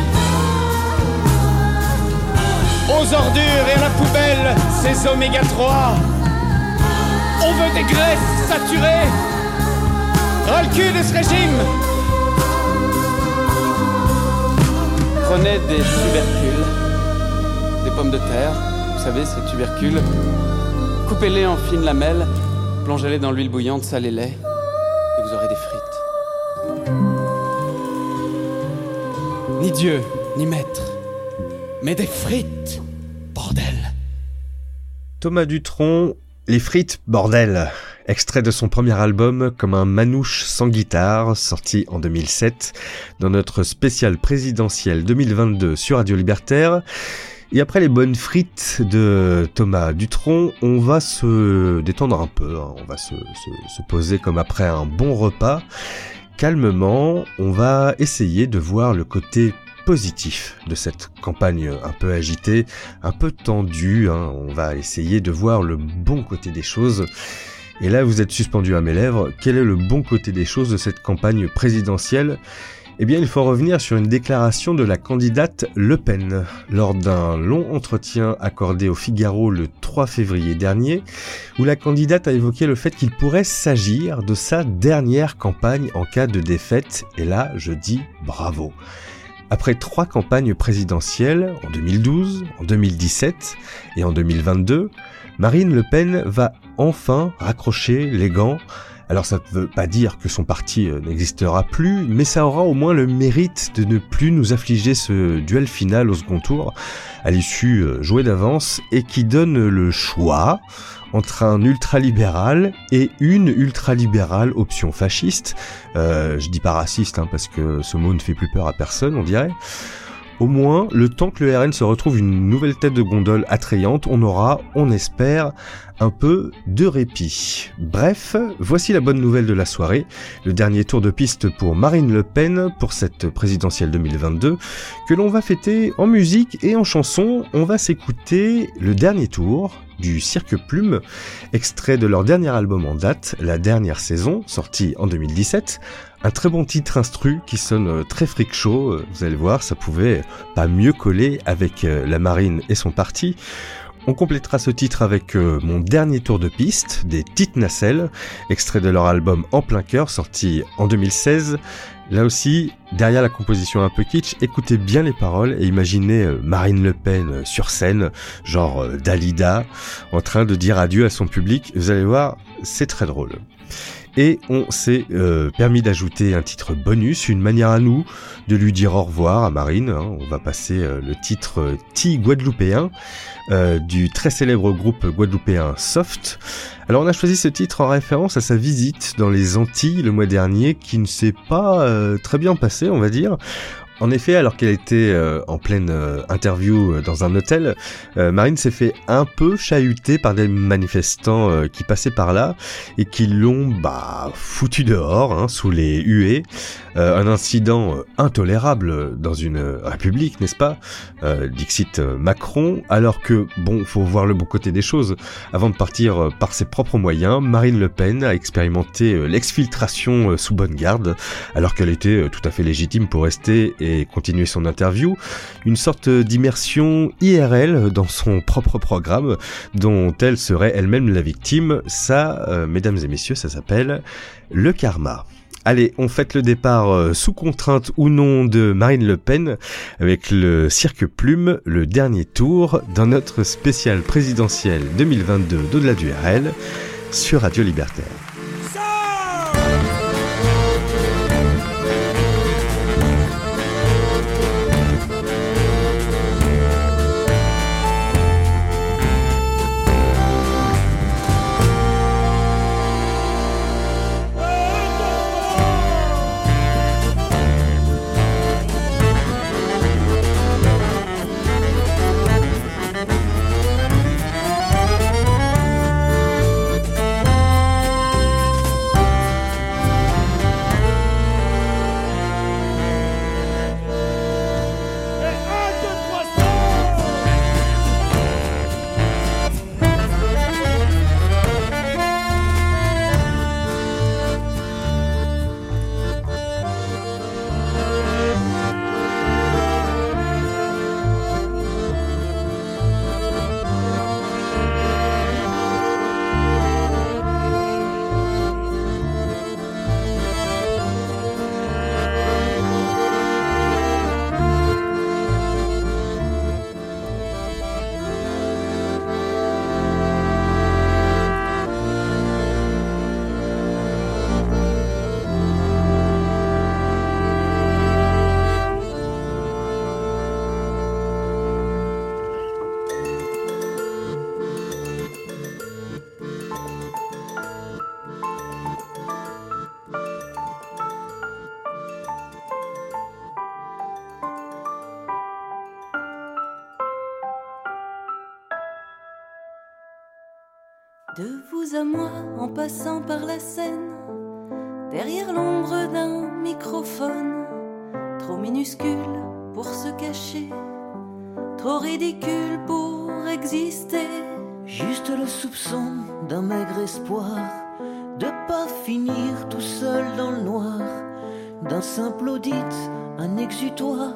Aux ordures et à la poubelle, ces oméga 3. On veut des graisses saturées. Ras le cul de ce régime. Prenez des tubercules, des pommes de terre, vous savez, ces tubercules. Coupez-les en fines lamelles, plongez-les dans l'huile bouillante, salez-les, et vous aurez des frites. Ni Dieu, ni maître, mais des frites, bordel. Thomas Dutronc, Les frites, bordel. Extrait de son premier album Comme un manouche sans guitare, sorti en 2007, dans notre spécial présidentiel 2022 sur Radio Libertaire. Et après les bonnes frites de Thomas Dutronc, on va se détendre un peu, hein. On va se poser comme après un bon repas. Calmement, on va essayer de voir le côté positif de cette campagne un peu agitée, un peu tendue, hein. On va essayer de voir le bon côté des choses. Et là, vous êtes suspendu à mes lèvres. Quel est le bon côté des choses de cette campagne présidentielle ? Eh bien, il faut revenir sur une déclaration de la candidate Le Pen, lors d'un long entretien accordé au Figaro le 3 février dernier, où la candidate a évoqué le fait qu'il pourrait s'agir de sa dernière campagne en cas de défaite, et là, je dis bravo. Après 3 campagnes présidentielles, en 2012, en 2017 et en 2022, Marine Le Pen va enfin raccrocher les gants. Alors ça ne veut pas dire que son parti n'existera plus, mais ça aura au moins le mérite de ne plus nous affliger ce duel final au second tour, à l'issue jouée d'avance, et qui donne le choix entre un ultralibéral et une ultralibérale option fasciste. Je dis pas raciste, hein, parce que ce mot ne fait plus peur à personne, on dirait. Au moins, le temps que le RN se retrouve une nouvelle tête de gondole attrayante, on aura, on espère, un peu de répit. Bref, voici la bonne nouvelle de la soirée, le dernier tour de piste pour Marine Le Pen pour cette présidentielle 2022, que l'on va fêter en musique et en chanson. On va s'écouter le dernier tour du Cirque Plume, extrait de leur dernier album en date, La Dernière Saison, sorti en 2017. Un très bon titre instru qui sonne très freak show, vous allez voir, ça pouvait pas mieux coller avec la Marine et son parti. On complétera ce titre avec mon dernier tour de piste, des Petites Nacelles, extrait de leur album En Plein Cœur, sorti en 2016. Là aussi, derrière la composition un peu kitsch, écoutez bien les paroles et imaginez Marine Le Pen sur scène, genre Dalida, en train de dire adieu à son public. Vous allez voir, c'est très drôle. Et on s'est permis d'ajouter un titre bonus, une manière à nous de lui dire au revoir à Marine. On va passer le titre Ti Guadeloupéen du très célèbre groupe guadeloupéen Soft. Alors on a choisi ce titre en référence à sa visite dans les Antilles le mois dernier, qui ne s'est pas très bien passé, on va dire. En effet, alors qu'elle était en pleine interview dans un hôtel, Marine s'est fait un peu chahuter par des manifestants qui passaient par là et qui l'ont foutu dehors, hein, sous les huées. Un incident intolérable dans une république, n'est-ce pas ? Dixit Macron, alors que, bon, faut voir le bon côté des choses. Avant de partir par ses propres moyens, Marine Le Pen a expérimenté l'exfiltration sous bonne garde, alors qu'elle était tout à fait légitime pour rester et et continuer son interview. Une sorte d'immersion IRL dans son propre programme dont elle serait elle-même la victime. Ça, mesdames et messieurs, ça s'appelle le karma. Allez, on fête le départ sous contrainte ou non de Marine Le Pen avec le Cirque Plume, le dernier tour dans notre spécial présidentiel 2022 d'Au-delà du RL sur Radio Libertaire. De vous à moi, en passant par la scène, derrière l'ombre d'un microphone, trop minuscule pour se cacher, trop ridicule pour exister. Juste le soupçon d'un maigre espoir de pas finir tout seul dans le noir, d'un simple audit, un exutoire,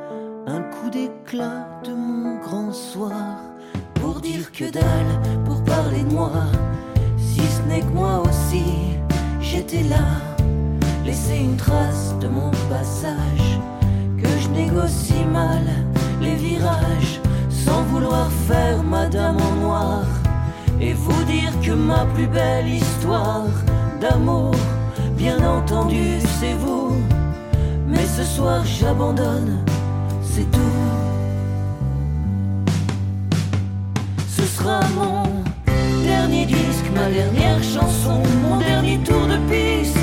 un coup d'éclat de mon grand soir. Pour dire que dalle, pour parler de moi, si ce n'est que moi aussi, j'étais là. Laisser une trace de mon passage, que je négocie mal les virages, sans vouloir faire madame en noir, et vous dire que ma plus belle histoire d'amour, bien entendu, c'est vous. Mais ce soir j'abandonne, c'est tout. Ce sera mon dernier disque, ma dernière chanson, mon dernier tour de piste,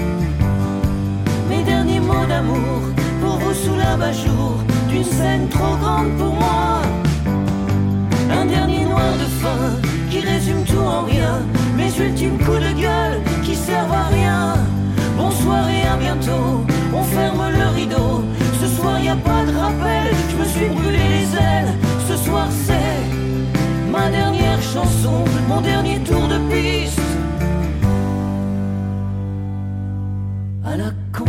mes derniers mots d'amour pour vous sous l'abat-jour d'une scène trop grande pour moi. Un dernier noir de fin qui résume tout en rien, mes ultimes coups de gueule qui servent à rien. Bonsoir et à bientôt, on ferme le rideau. Ce soir y a pas de rappel, je me suis brûlé les ailes. Ce soir c'est ma dernière chanson, mon dernier tour de piste. À la con.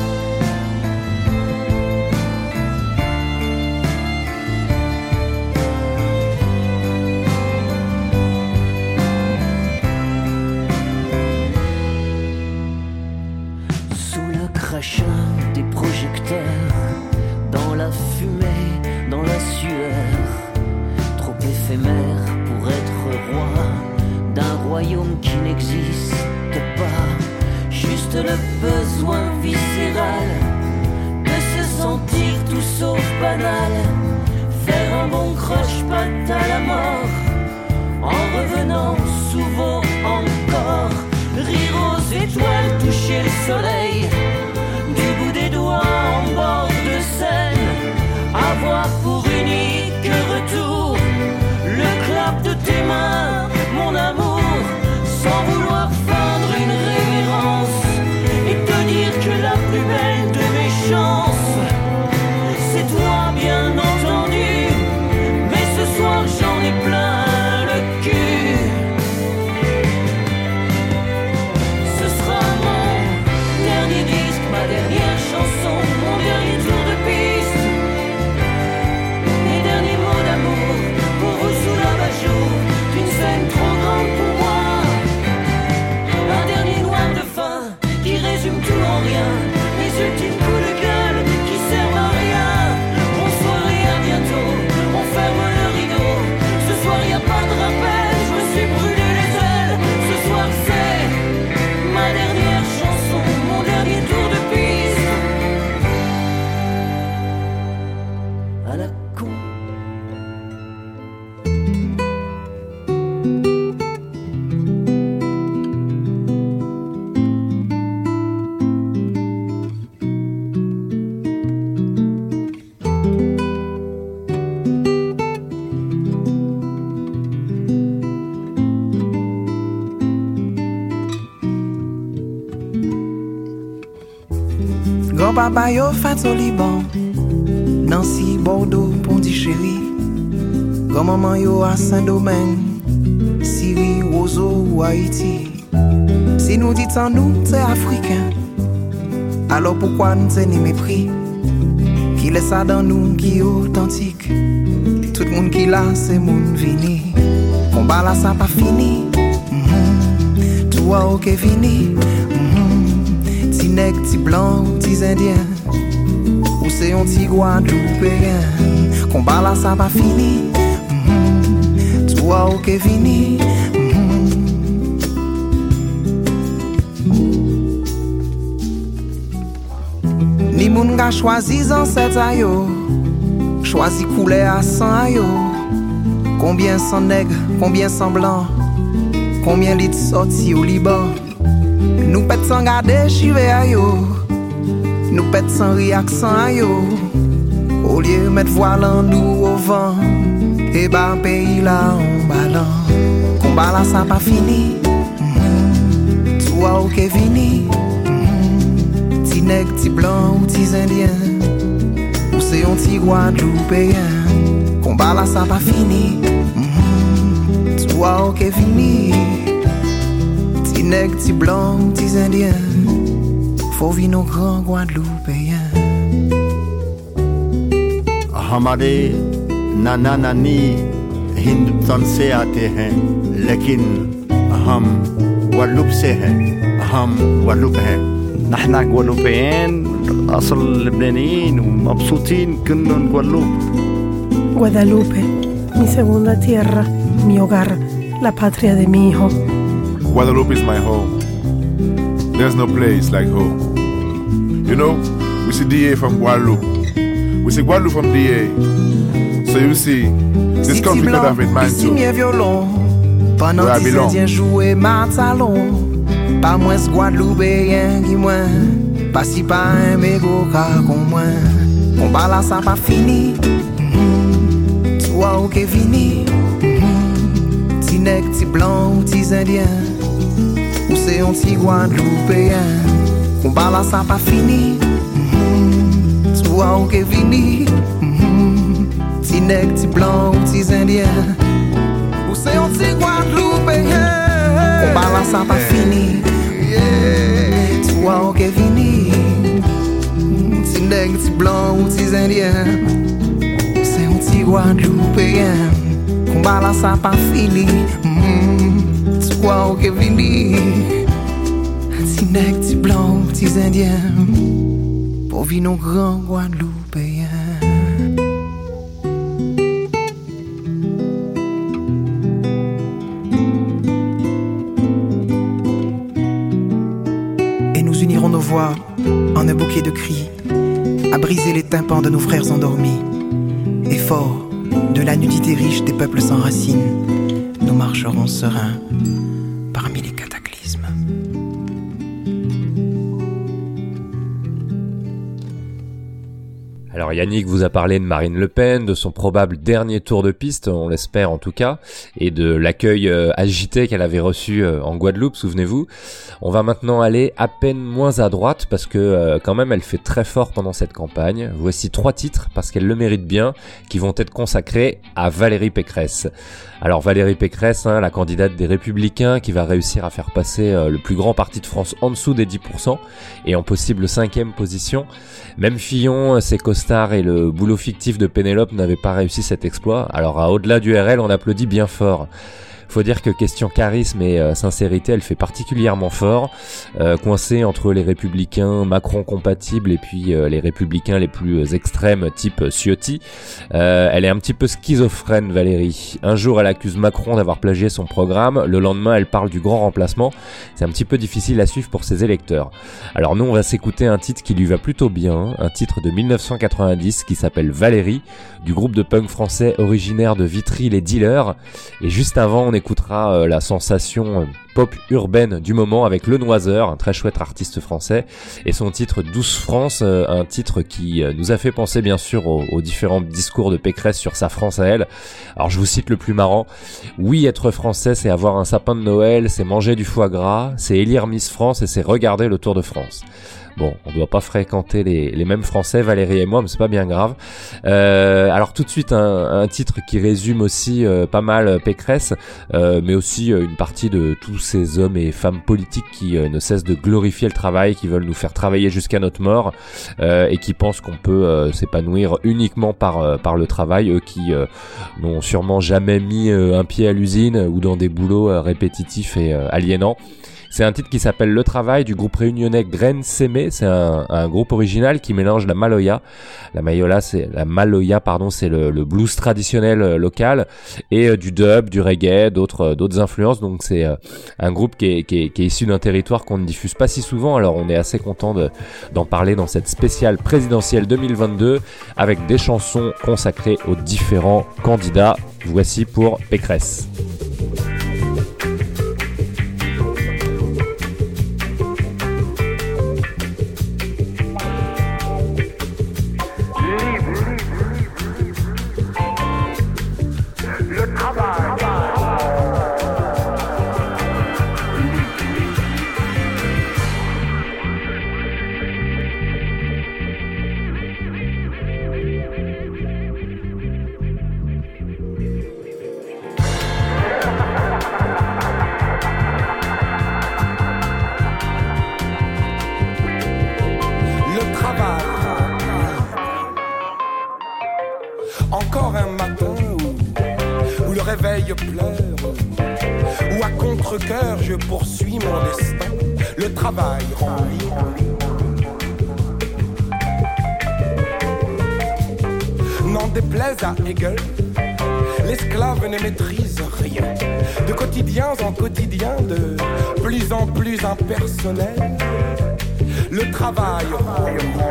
Sous le crachin des projecteurs, dans la fumée, dans la sueur, trop éphémère pour être roi d'un royaume qui n'existe pas. Juste le besoin viscéral de se sentir tout sauf banal, faire un bon croche-patte à la mort, en revenant souvent encore, rire aux étoiles, toucher le soleil, du bout des doigts en bord de scène, avoir pour unique retour le clap de tes mains, mon amour, sans vouloir feindre une révérence, et te dire que la plus belle de mes chances, c'est toi bien entendu, mais ce soir j'en ai plein le cul. Ce sera mon dernier disque, ma dernière chanson, mon dernier tour de piste. Non papa yo fait au Liban, Nancy, Bordeaux, Pondichéry, grand maman yo à Saint-Domingue, Syrie, Roseau ou Haïti. Si nous dit en nous, c'est africain, alors pourquoi nous c'est ni mépris? Qui laisse ça dans nous qui est authentique? Tout le monde qui là, c'est mon vini. Combat là, ça pas fini. Tout a ok fini. Ti nèg, ti blanc, ti indien. Ou c'est un ti Guadeloupéen. Combat là, ça pas fini. Tout a ok fini. Ni moun ga choisi ancêtre ayo, choisi couleur à sang ayo. Combien sans nègres, combien sans blancs, combien litres sortis au Liban. Nous pète sans garder chivé ayo, nous pète sans réaction ayo. Au lieu mettre voile en nous au vent, et bah pays là en ballon. Combat là ça pas fini, tout a ok fini. Ti nèg, ti blanc ou ti indien, ou c'est un ti Guadeloupéen. Combat là ça pas fini, tout a ok fini. Ti nèg, ti blanc ou ti indien, faut vivre nos grands Guadeloupéens. हमारे नाना नानी हिंदुस्तान से आते हैं, लेकिन हम ग्वाडलूप से हैं, हम ग्वाडलूप हैं. نحن غوادلوبيين أصل لبنانيين ومبسوطين كنا غوادلوب. Guadalupe, mi segunda tierra, mi hogar, la patria de mi hijo. Guadeloupe is my home. There's no place like home. You know, we see DA from Guadeloupe. We see Guadeloupe from DA. So you see, this country could have been mine too. Pendant que les Indiens jouaient matalon. Pas moins Guadeloupéen qui moins, pas si pas un mégot car qu'on moins. Combat là ça pas fini, tout a ok fini. Ti nèg, ti blanc ou ti indien, ou c'est un ti Guadeloupéen. Combat là ça pas fini, tout a ok fini. Ti nèg, ti blanc ou ti indien, ou c'est un ti Guadeloupéen. Combat là ça pas fini. Tout a ok fini. Ti nèg, ti blanc ou ti indien, c'est un ti Guadeloupéen. Combat là ça pas fini. Tout a ok fini. Ti nèg, ti blanc ou ti indien, pour vivre nos grands Guadeloupéens. Nos voix en un bouquet de cris, à briser les tympans de nos frères endormis. Et forts de la nudité riche des peuples sans racines, nous marcherons sereins parmi les cataclysmes. Alors Yannick vous a parlé de Marine Le Pen, de son probable dernier tour de piste, on l'espère en tout cas, et de l'accueil agité qu'elle avait reçu en Guadeloupe, souvenez-vous. On va maintenant aller à peine moins à droite parce que quand même elle fait très fort pendant cette campagne. Voici 3 titres, parce qu'elle le mérite bien, qui vont être consacrés à Valérie Pécresse. Alors Valérie Pécresse, la candidate des Républicains qui va réussir à faire passer le plus grand parti de France en dessous des 10% et en possible 5e position. Même Fillon, ses costards et le boulot fictif de Pénélope n'avaient pas réussi cet exploit. Alors au-delà du RL, on applaudit bien fort. Faut dire que question charisme et sincérité, elle fait particulièrement fort, coincée entre les républicains Macron compatibles et puis les républicains les plus extrêmes type Ciotti. Elle est un petit peu schizophrène, Valérie. Un jour, elle accuse Macron d'avoir plagié son programme, le lendemain, elle parle du grand remplacement. C'est un petit peu difficile à suivre pour ses électeurs. Alors nous, on va s'écouter un titre qui lui va plutôt bien, un titre de 1990 qui s'appelle Valérie, du groupe de punk français originaire de Vitry, les Dealers. Et juste avant, on écoutera la sensation pop urbaine du moment avec Le Noiseur, un très chouette artiste français, et son titre Douce France, un titre qui nous a fait penser bien sûr aux différents discours de Pécresse sur sa France à elle. Alors je vous cite le plus marrant: oui, être français, c'est avoir un sapin de Noël, c'est manger du foie gras, c'est élire Miss France et c'est regarder le Tour de France. Bon, on doit pas fréquenter les mêmes Français, Valérie et moi, mais c'est pas bien grave. Alors tout de suite un titre qui résume aussi pas mal Pécresse, mais aussi une partie de tous ces hommes et femmes politiques qui ne cessent de glorifier le travail, qui veulent nous faire travailler jusqu'à notre mort, et qui pensent qu'on peut s'épanouir uniquement par le travail, eux qui n'ont sûrement jamais mis un pied à l'usine ou dans des boulots répétitifs et aliénants. C'est un titre qui s'appelle Le Travail du groupe réunionnais Graine Sémé. C'est un groupe original qui mélange la maloya. La maloya, c'est le blues traditionnel local et du dub, du reggae, d'autres influences. Donc c'est un groupe qui est issu d'un territoire qu'on ne diffuse pas si souvent. Alors on est assez content d'en parler dans cette spéciale présidentielle 2022 avec des chansons consacrées aux différents candidats. Voici pour Pécresse. Encore un matin où le réveil pleure, où à contre-cœur je poursuis mon destin. Le travail rend libre. N'en déplaise à Hegel, l'esclave ne maîtrise rien. De quotidiens en quotidien, de plus en plus impersonnel, le travail rend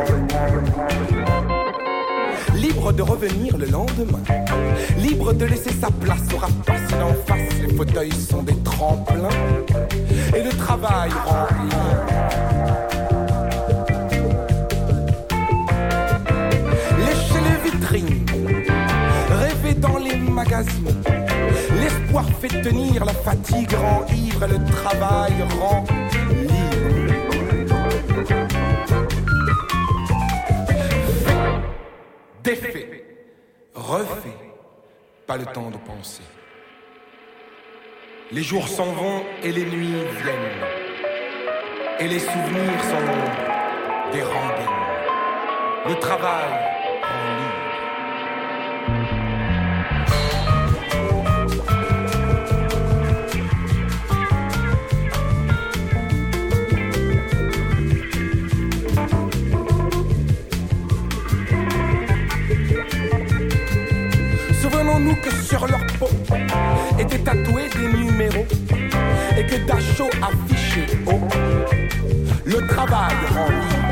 libre de revenir le lendemain, libre de laisser sa place au rapace d'en face. Les fauteuils sont des tremplins et le travail rend libre. Lécher les vitrines, rêver dans les magasins, l'espoir fait tenir, la fatigue rend ivre et le travail rend libre. Défait, refait, pas le temps de penser. Les jours s'en vont et les nuits viennent, et les souvenirs sont des rengaines. Le travail rend libre. Souvenons-nous que sur leur peau étaient tatoués des numéros et que Dachau affichait haut le travail rend libre.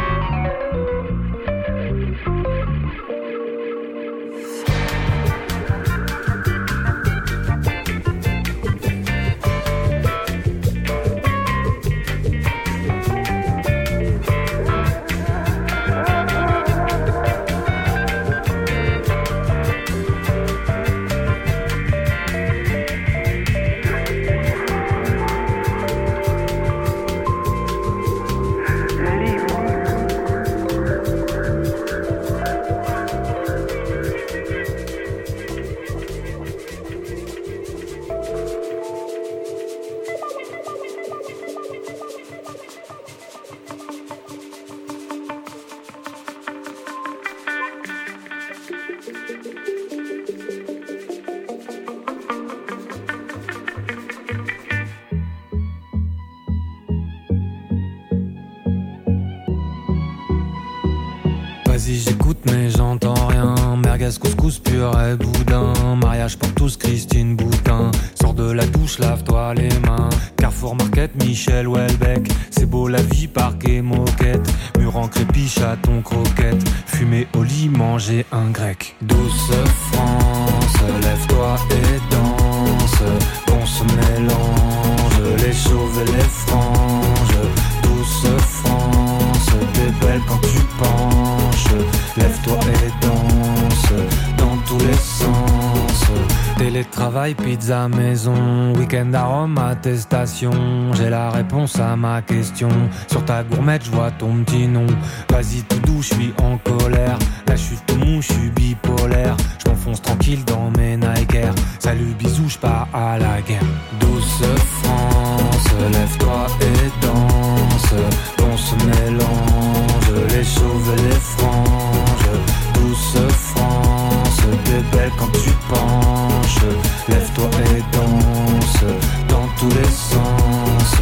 Vas-y j'écoute mais j'entends rien. Merguez, couscous, purée, boudin. Mariage pour tous, Christine Boutin. Sors de la douche, lave-toi les mains. Carrefour Market, Michel Houellebecq. C'est beau la vie, parc et moquette. Mur en crépi, chaton croquette. Fumer au lit, manger un grec. Douce France, lève-toi et danse. Qu'on se mélange, les chauves et les franges. Douce France, t'es belle quand tu penches. Lève-toi et danse dans tous les sens. Télétravail Travail, pizza, maison, week-end à Rome, attestation. J'ai la réponse à ma question. Sur ta gourmette, je vois ton petit nom. Vas-y tout doux, je suis en colère. Là je suis tout mou, je suis bipolaire. Je m'enfonce tranquille dans mes Nike Air. Salut, bisous, je pars à la guerre. Douce France, lève-toi et danse. On se mélange, les chauves et les franges. Douce France, t'es belle quand tu penches. Lève-toi et danse dans tous les sens.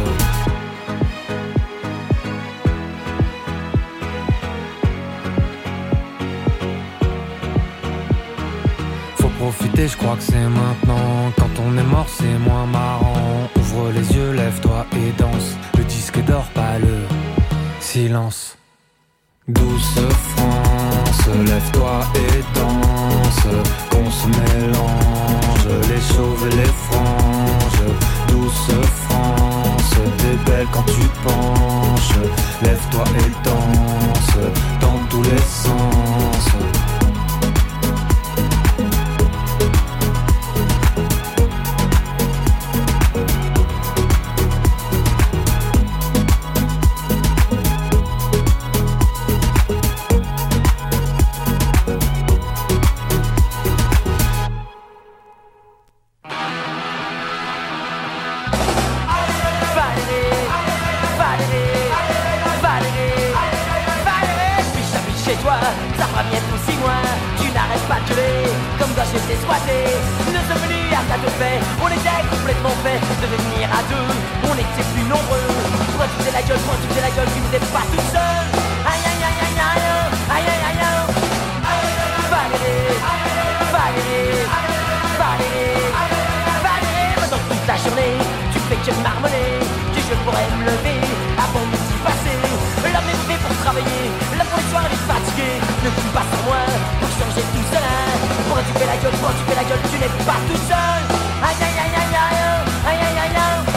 Faut profiter, je crois que c'est maintenant. Quand on est mort, c'est moins marrant. Ouvre les yeux, lève-toi et danse. Le disque d'or, pas le silence. Douce France, lève-toi et danse. Qu'on se mélange, les chauves et les franges. Douce France, t'es belle quand tu penches. Lève-toi et danse dans tous les sens. J'étais squatté, nous sommes venus à tas de fait. On était complètement fait de devenir à deux. On était plus nombreux. Pourquoi tu faisais la gueule, tu n'étais pas tout seul. Aïe aïe aïe aïe aïe aïe aïe aïe. Valérie, Valérie, Valérie, Valérie. Maintenant toute la journée, tu fais que marmonner. Que je pourrais me lever avant de s'y passer. L'homme est fait pour travailler, là pour les soirs il est fatigué. Ne joue pas sans moi pour changer tout cela. Pourquoi tu fais la gueule, tu n'es pas tout seul. Aïe aïe aïe aïe aïe aïe aïe aïe aïe.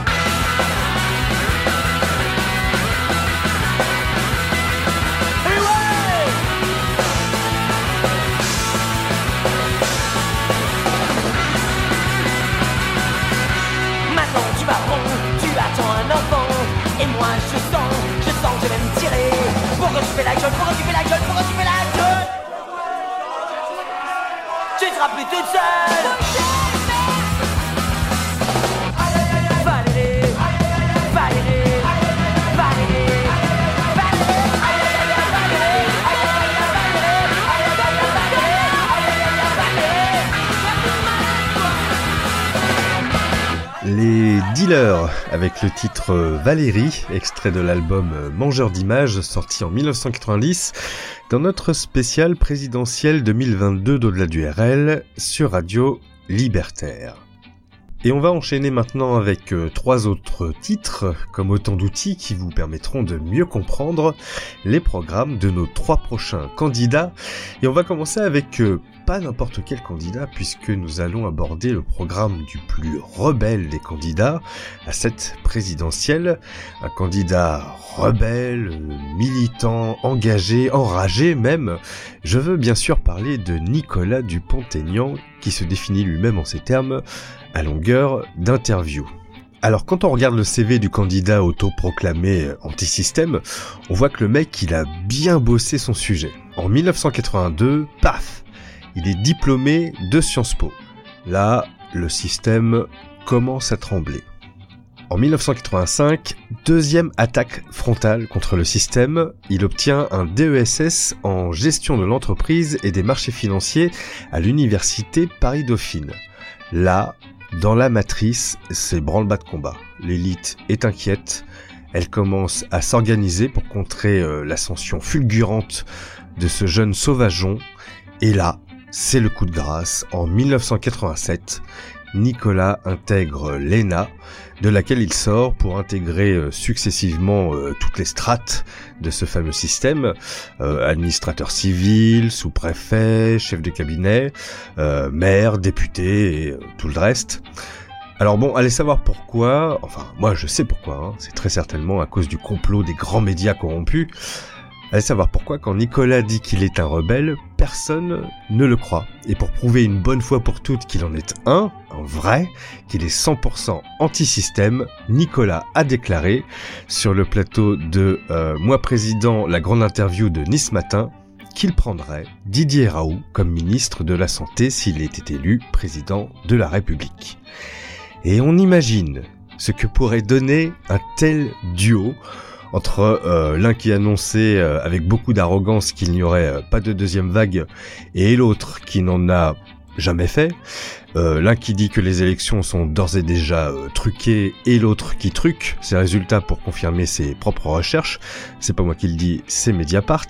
Et ouais. Maintenant tu m'apprends, tu attends un enfant. Et moi je sens que je vais me tirer. Pourquoi tu fais la gueule, pourquoi tu fais la gueule, pourquoi tu fais la gueule? Tu seras plus toute seule. Valérie, Valérie, Valérie, Les Dealers avec le titre Valérie, extrait de l'album Mangeur d'images sorti en 1990 dans notre spécial présidentiel 2022 d'Au-delà du RL sur Radio Libertaire. Et on va enchaîner maintenant avec 3 autres titres, comme autant d'outils qui vous permettront de mieux comprendre les programmes de nos 3 prochains candidats. Et on va commencer avec pas n'importe quel candidat, puisque nous allons aborder le programme du plus rebelle des candidats à cette présidentielle. Un candidat rebelle, militant, engagé, enragé même. Je veux bien sûr parler de Nicolas Dupont-Aignan, qui se définit lui-même en ces termes à longueur d'interview. Alors quand on regarde le CV du candidat autoproclamé anti-système, on voit que le mec il a bien bossé son sujet. En 1982, paf, il est diplômé de Sciences Po. Là, le système commence à trembler. En 1985, deuxième attaque frontale contre le système, il obtient un DESS en gestion de l'entreprise et des marchés financiers à l'université Paris-Dauphine. Là, dans la matrice, c'est branle-bas de combat. L'élite est inquiète, elle commence à s'organiser pour contrer l'ascension fulgurante de ce jeune sauvageon. Et là, c'est le coup de grâce. En 1987, Nicolas intègre l'ENA, de laquelle il sort pour intégrer successivement toutes les strates de ce fameux système, administrateur civil, sous-préfet, chef de cabinet, maire, député et tout le reste. Alors bon, allez savoir pourquoi, enfin moi je sais pourquoi, c'est très certainement à cause du complot des grands médias corrompus. Allez savoir pourquoi, quand Nicolas dit qu'il est un rebelle, personne ne le croit. Et pour prouver une bonne fois pour toutes qu'il en est un vrai, qu'il est 100% anti-système, Nicolas a déclaré sur le plateau de Moi Président, la grande interview de Nice Matin, qu'il prendrait Didier Raoult comme ministre de la Santé s'il était élu président de la République. Et on imagine ce que pourrait donner un tel duo entre l'un qui annonçait avec beaucoup d'arrogance qu'il n'y aurait pas de deuxième vague et l'autre qui n'en a jamais fait, l'un qui dit que les élections sont d'ores et déjà truquées et l'autre qui truque ses résultats pour confirmer ses propres recherches. C'est pas moi qui le dis, c'est Mediapart.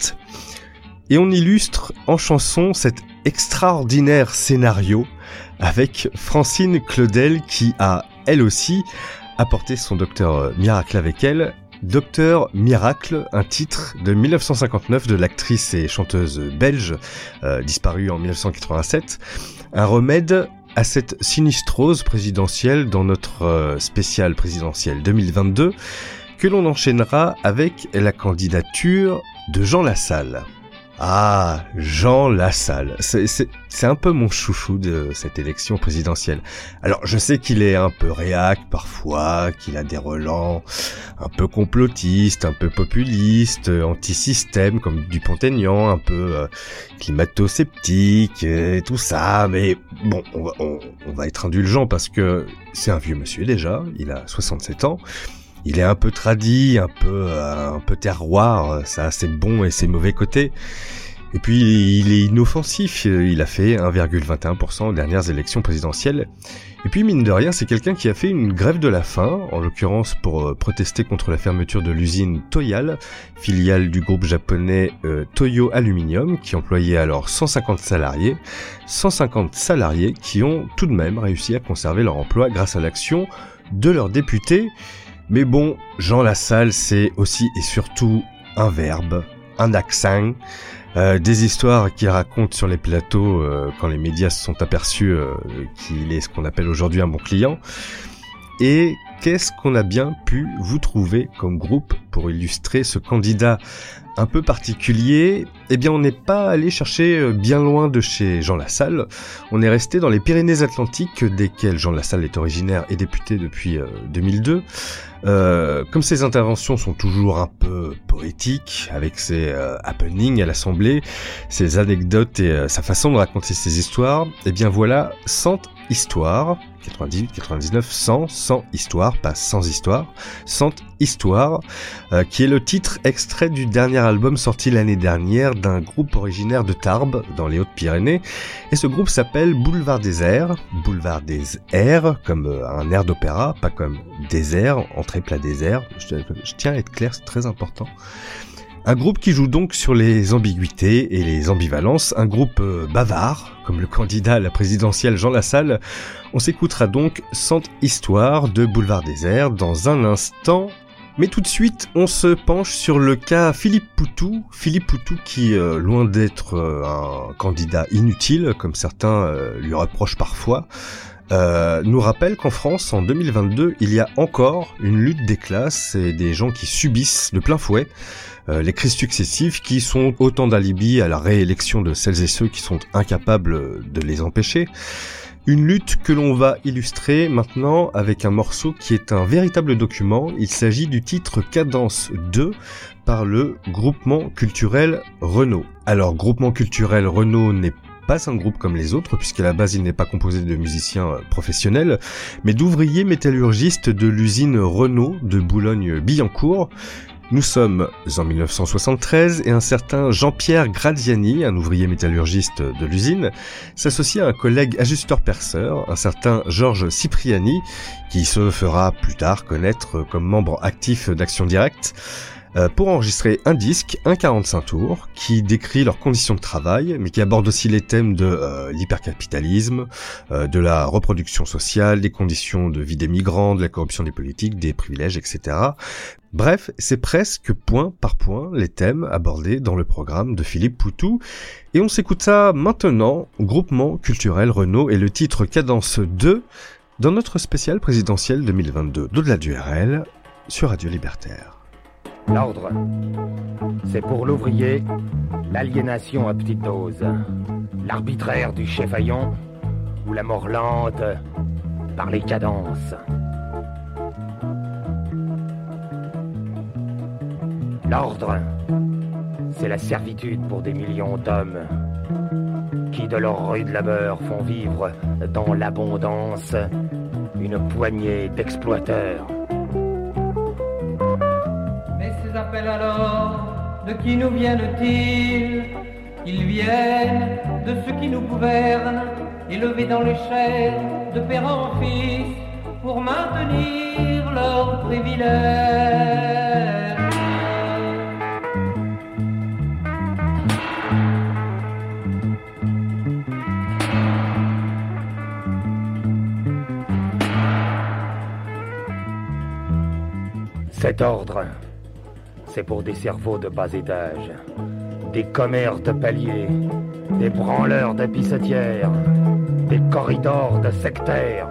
Et on illustre en chanson cet extraordinaire scénario avec Francine Claudel qui a, elle aussi, apporté son Docteur Miracle avec elle. Docteur Miracle, un titre de 1959 de l'actrice et chanteuse belge, disparue en 1987. Un remède à cette sinistrose présidentielle dans notre spécial présidentiel 2022, que l'on enchaînera avec la candidature de Jean Lassalle. Ah, Jean Lassalle, c'est un peu mon chouchou de cette élection présidentielle. Alors, je sais qu'il est un peu réac parfois, qu'il a des relents un peu complotistes, un peu populistes, anti-système comme Dupont-Aignan, un peu climato-sceptique et tout ça, mais bon, on va être indulgent parce que c'est un vieux monsieur déjà, il a 67 ans. Il est un peu tradi, un peu terroir, ça a ses bons et ses mauvais côtés. Et puis il est inoffensif, il a fait 1,21% aux dernières élections présidentielles. Et puis mine de rien, c'est quelqu'un qui a fait une grève de la faim, en l'occurrence pour protester contre la fermeture de l'usine Toyal, filiale du groupe japonais Toyo Aluminium, qui employait alors 150 salariés. 150 salariés qui ont tout de même réussi à conserver leur emploi grâce à l'action de leurs députés. Mais bon, Jean Lassalle, c'est aussi et surtout un verbe, un accent, des histoires qu'il raconte sur les plateaux quand les médias se sont aperçus qu'il est ce qu'on appelle aujourd'hui un bon client. Et qu'est-ce qu'on a bien pu vous trouver comme groupe pour illustrer ce candidat un peu particulier? Eh bien, on n'est pas allé chercher bien loin de chez Jean Lassalle. On est resté dans les Pyrénées-Atlantiques, desquelles Jean Lassalle est originaire et député depuis 2002. Comme ses interventions sont toujours un peu poétiques, avec ses happenings à l'Assemblée, ses anecdotes et sa façon de raconter ses histoires, eh bien voilà 100 histoires, 98, 99, 100 histoires, pas 100 histoires, 100 histoires, qui est le titre extrait du dernier album sorti l'année dernière d'un groupe originaire de Tarbes, dans les Hautes-Pyrénées, et ce groupe s'appelle Boulevard des Airs, comme un air d'opéra, pas comme désert, entrée plat désert, je tiens à être clair, c'est très important. Un groupe qui joue donc sur les ambiguïtés et les ambivalences, un groupe bavard, comme le candidat à la présidentielle Jean Lassalle. On s'écoutera donc 100 histoires de Boulevard des Airs dans un instant. Mais tout de suite, on se penche sur le cas Philippe Poutou. Philippe Poutou qui, loin d'être un candidat inutile, comme certains lui reprochent parfois, nous rappelle qu'en France, en 2022, il y a encore une lutte des classes et des gens qui subissent de plein fouet les crises successives qui sont autant d'alibis à la réélection de celles et ceux qui sont incapables de les empêcher. Une lutte que l'on va illustrer maintenant avec un morceau qui est un véritable document. Il s'agit du titre Cadence 2 par le groupement culturel Renault. Alors, groupement culturel Renault n'est pas un groupe comme les autres, puisqu'à la base il n'est pas composé de musiciens professionnels, mais d'ouvriers métallurgistes de l'usine Renault de Boulogne-Billancourt. Nous sommes en 1973 et un certain Jean-Pierre Graziani, un ouvrier métallurgiste de l'usine, s'associe à un collègue ajusteur-perceur, un certain Georges Cipriani, qui se fera plus tard connaître comme membre actif d'Action Directe, pour enregistrer un disque, un 45 tours, qui décrit leurs conditions de travail, mais qui aborde aussi les thèmes de l'hypercapitalisme, de la reproduction sociale, des conditions de vie des migrants, de la corruption des politiques, des privilèges, etc. Bref, c'est presque point par point les thèmes abordés dans le programme de Philippe Poutou. Et on s'écoute ça maintenant, groupement culturel Renault et le titre Cadence 2, dans notre spécial présidentiel 2022 d'Au-delà du RL, sur Radio Libertaire. L'ordre, c'est pour l'ouvrier l'aliénation à petite dose, l'arbitraire du chef haillon ou la mort lente par les cadences. L'ordre, c'est la servitude pour des millions d'hommes qui, de leur rude labeur, font vivre dans l'abondance une poignée d'exploiteurs. Mais ces appels alors, de qui nous viennent-ils? Ils viennent de ceux qui nous gouvernent, élevés dans l'échelle de père en fils, pour maintenir leurs privilèges. Cet ordre, c'est pour des cerveaux de bas étage, des commères de paliers, des branleurs de pissotières, des corridors de sectaires.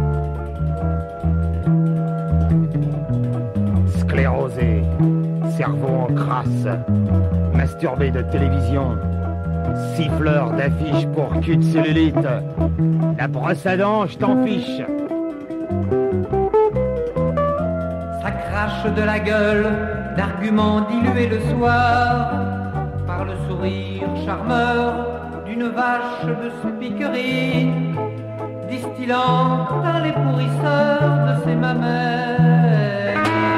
Sclérosés, cerveaux en crasse, masturbés de télévision, siffleurs d'affiches pour cul de cellulite, la brosse à dents, je t'en fiche. Ça crache de la gueule d'arguments dilués le soir par le sourire charmeur d'une vache de spiquerie, distillant dans les pourrisseurs de ses mamelles.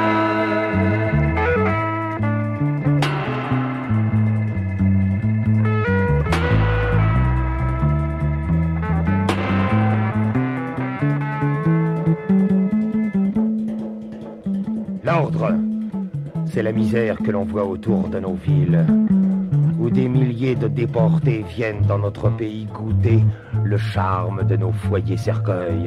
L'ordre, c'est la misère que l'on voit autour de nos villes, où des milliers de déportés viennent dans notre pays goûter le charme de nos foyers cercueils.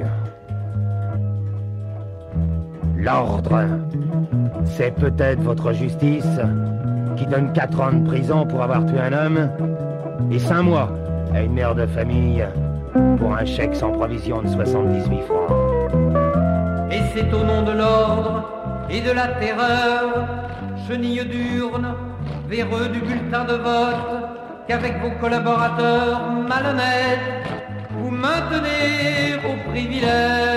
L'ordre, c'est peut-être votre justice qui donne 4 ans de prison pour avoir tué un homme et 5 mois à une mère de famille pour un chèque sans provision de 78 francs. Et c'est au nom de l'ordre et de la terreur, chenille d'urne, véreux du bulletin de vote, qu'avec vos collaborateurs malhonnêtes, vous maintenez vos privilèges.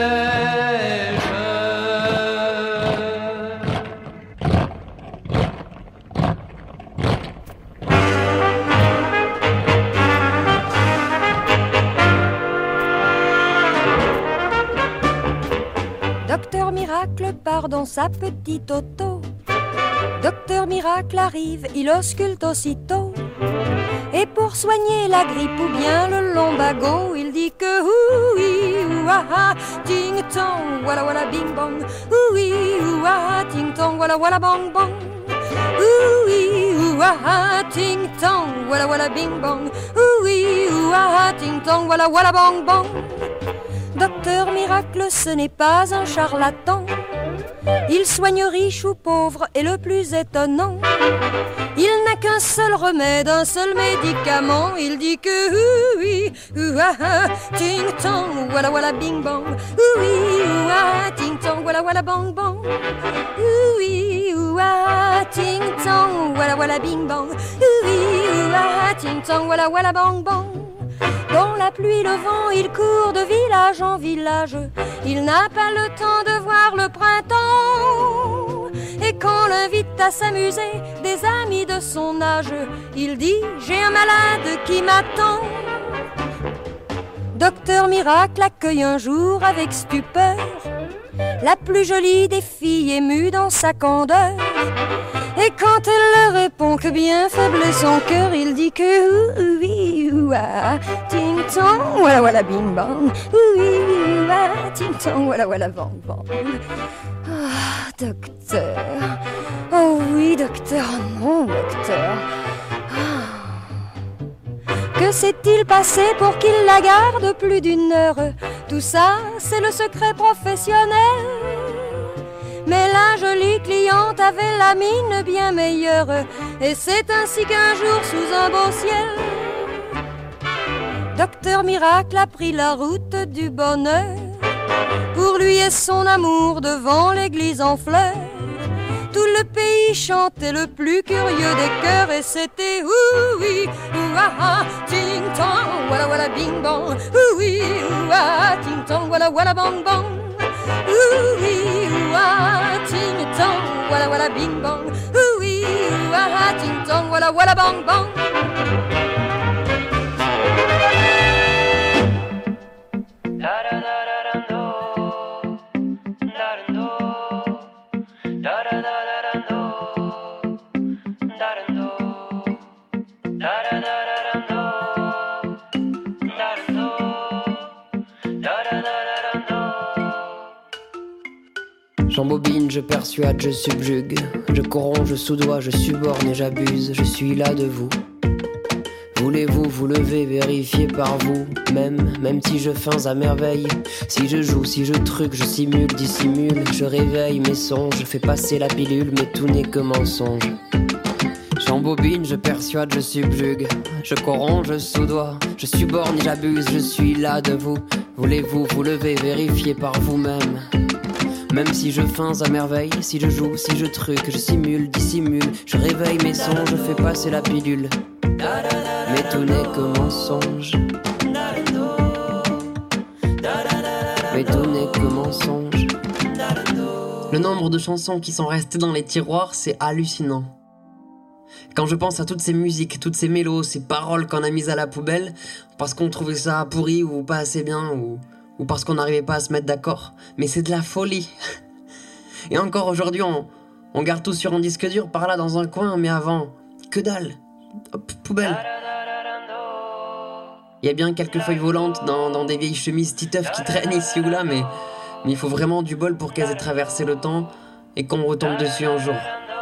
Docteur Miracle part dans sa petite auto. Docteur Miracle arrive, il ausculte aussitôt. Et pour soigner la grippe ou bien le lumbago, il dit que oui, ouah, ting tong, walla walla bing bong. Oui, ouah, ting tong, walla walla bong bong. Oui, ouah, ting tong, walla walla bing bong. Oui, ouah, ting tong, walla walla bong bong. Docteur Miracle, ce n'est pas un charlatan. Il soigne riche ou pauvre, et le plus étonnant, il n'a qu'un seul remède, un seul médicament. Il dit que oui, ouah, ting tong, walla walla bing bong. Oui, ouah, ting tong, walla walla bong bong. Oui, ouah, ting tong, walla walla bing bong. Oui, ouah, ting tong, walla walla bong bong. Dans la pluie, le vent, il court de village en village. Il n'a pas le temps de voir le printemps. Et quand l'invite à s'amuser des amis de son âge, il dit « J'ai un malade qui m'attend ». Docteur Miracle accueille un jour avec stupeur la plus jolie des filles émue dans sa candeur. Et quand elle le répond que bien faible est son cœur, il dit que oui, ouah, ting tong, walla walla bing bang. Oui, ouah, ting tong, walla walla bang bang. Ah, docteur. Oh oui, docteur, non, docteur. Que s'est-il passé pour qu'il la garde plus d'une heure? Tout ça, c'est le secret professionnel. Mais la jolie cliente avait la mine bien meilleure. Et c'est ainsi qu'un jour, sous un beau ciel, Docteur Miracle a pris la route du bonheur. Pour lui et son amour devant l'église en fleurs, tout le pays chantait le plus curieux des chœurs et c'était oui, ouah, ting tong, walla walla bing bong, oui, ouah, ting tong, walla walla bang bang, oui, ouah, ting tong, walla walla bing bong, oui, ouah, ting tong, walla walla bang bang. J'embobine, je persuade, je subjugue, je corromps, je soudoie, je suborne et j'abuse, je suis là de vous. Voulez-vous vous lever, vérifier par vous, même si je feins à merveille. Si je joue, si je truque, je simule, dissimule, je réveille mes songes, je fais passer la pilule, mais tout n'est que mensonge. J'embobine, je persuade, je subjugue, je corromps, je soudoie, je suborne et j'abuse, je suis là de vous. Voulez-vous vous lever, vérifier par vous-même. Même si je feins à merveille, si je joue, si je truque, je simule, dissimule, je réveille mes songes, je fais passer la pilule. Mais tout n'est que mensonge. Mais tout n'est que mensonge. Le nombre de chansons qui sont restées dans les tiroirs, c'est hallucinant. Quand je pense à toutes ces musiques, toutes ces mélos, ces paroles qu'on a mises à la poubelle, parce qu'on trouvait ça pourri ou pas assez bien, ou parce qu'on n'arrivait pas à se mettre d'accord. Mais c'est de la folie. Et encore aujourd'hui, on garde tout sur un disque dur par là dans un coin, mais avant, que dalle. Hop, poubelle. Il y a bien quelques feuilles volantes dans des vieilles chemises titeuf qui traînent ici ou là, mais il faut vraiment du bol pour qu'elles aient traversé le temps et qu'on retombe dessus un jour.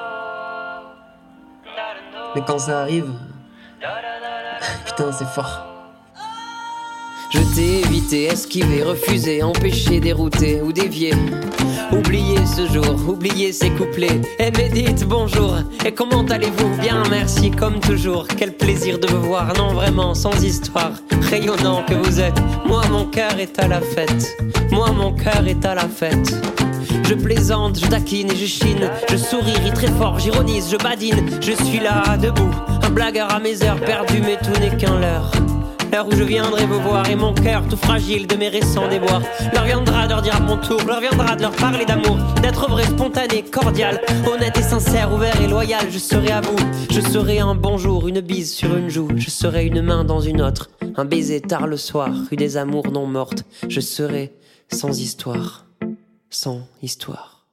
Mais quand ça arrive, putain, c'est fort. Je t'ai évité, esquivé, refusé, empêché, dérouté ou dévié. Oubliez ce jour, oubliez ces couplets. Et me dites bonjour, et comment allez-vous? Bien, merci, comme toujours. Quel plaisir de vous voir, non vraiment, sans histoire. Rayonnant que vous êtes, moi mon cœur est à la fête. Moi mon cœur est à la fête. Je plaisante, je taquine et je chine. Je souris, ris très fort, j'ironise, je badine. Je suis là, debout, un blagueur à mes heures perdues, mais tout n'est qu'un leurre. L'heure où je viendrai vous voir et mon cœur tout fragile de mes récents déboires. L'heure viendra de leur dire à mon tour, l'heure viendra de leur parler d'amour, d'être vrai, spontané, cordial, honnête et sincère, ouvert et loyal. Je serai à vous, je serai un bonjour, une bise sur une joue, je serai une main dans une autre, un baiser tard le soir, rue des amours non mortes. Je serai sans histoire, sans histoire.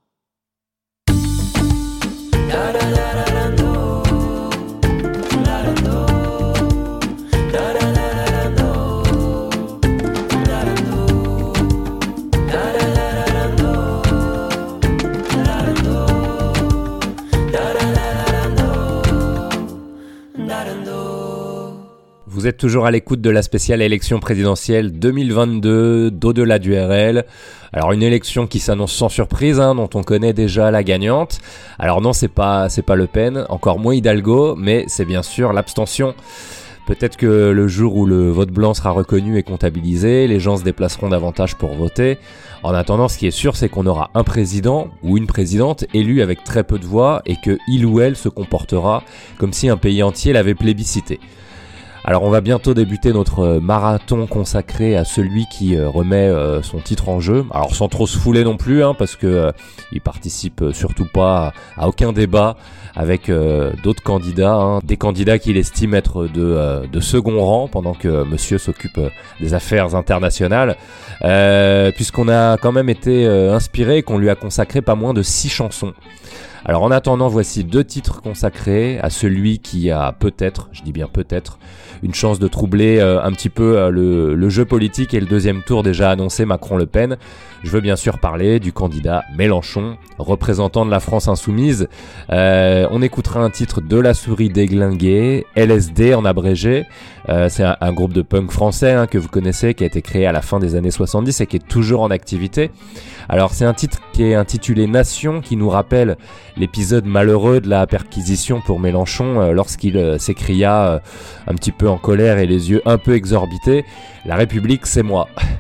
Vous êtes toujours à l'écoute de la spéciale élection présidentielle 2022 d'Au-delà du RL. Alors une élection qui s'annonce sans surprise, dont on connaît déjà la gagnante. Alors non, c'est pas Le Pen, encore moins Hidalgo, mais c'est bien sûr l'abstention. Peut-être que le jour où le vote blanc sera reconnu et comptabilisé, les gens se déplaceront davantage pour voter. En attendant, ce qui est sûr, c'est qu'on aura un président ou une présidente élu avec très peu de voix et que il ou elle se comportera comme si un pays entier l'avait plébiscité. Alors on va bientôt débuter notre marathon consacré à celui qui remet son titre en jeu. Alors sans trop se fouler non plus, parce que il participe surtout pas à aucun débat avec d'autres candidats, des candidats qu'il estime être de second rang pendant que monsieur s'occupe des affaires internationales, puisqu'on a quand même été inspiré et qu'on lui a consacré pas moins de 6 chansons. Alors en attendant, voici 2 titres consacrés à celui qui a peut-être, je dis bien peut-être, une chance de troubler un petit peu le jeu politique et le deuxième tour déjà annoncé Macron-Le Pen. Je veux bien sûr parler du candidat Mélenchon, représentant de la France insoumise. On écoutera un titre de La Souris Déglinguée, LSD en abrégé. C'est un groupe de punk français que vous connaissez, qui a été créé à la fin des années 70 et qui est toujours en activité. Alors c'est un titre qui est intitulé Nation, qui nous rappelle l'épisode malheureux de la perquisition pour Mélenchon lorsqu'il s'écria un petit peu en colère et les yeux un peu exorbités: la République c'est moi.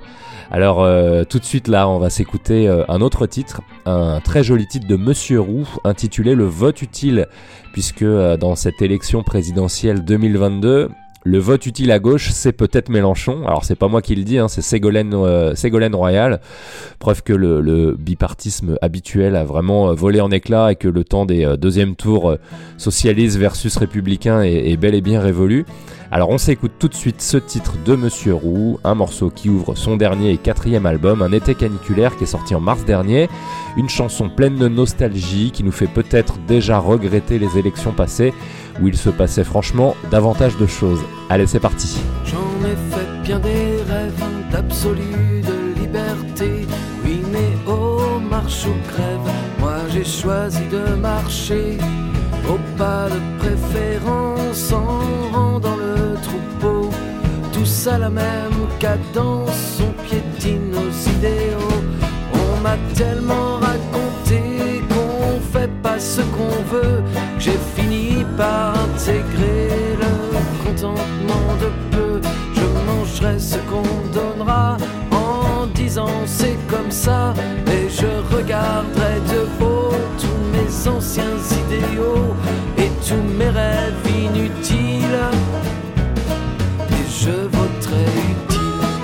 Alors tout de suite là, on va s'écouter un autre titre, un très joli titre de Monsieur Roux, intitulé Le vote utile, puisque dans cette élection présidentielle 2022, le vote utile à gauche, c'est peut-être Mélenchon. Alors c'est pas moi qui le dis, hein, c'est Ségolène Royal. Preuve que le bipartisme habituel a vraiment volé en éclats et que le temps des deuxièmes tours socialistes versus républicains est bel et bien révolu. Alors on s'écoute tout de suite ce titre de Monsieur Roux, un morceau qui ouvre son dernier et 4e album, Un été caniculaire, qui est sorti en mars dernier. Une chanson pleine de nostalgie qui nous fait peut-être déjà regretter les élections passées où il se passait franchement davantage de choses. Allez, c'est parti. J'en ai fait bien des rêves d'absolu de liberté. Oui, mais oh, marche ou crève, moi j'ai choisi de marcher au pas de préférence en rang dans le troupeau. Tous à la même cadence, on piétine nos idéaux. On m'a tellement raconté qu'on fait pas ce qu'on veut, que j'ai fini par intégrer le contentement de peu. Je mangerai ce qu'on donnera en disant c'est comme ça, et je regarderai de haut tous mes anciens idéaux et tous mes rêves inutiles, et je voterai utile.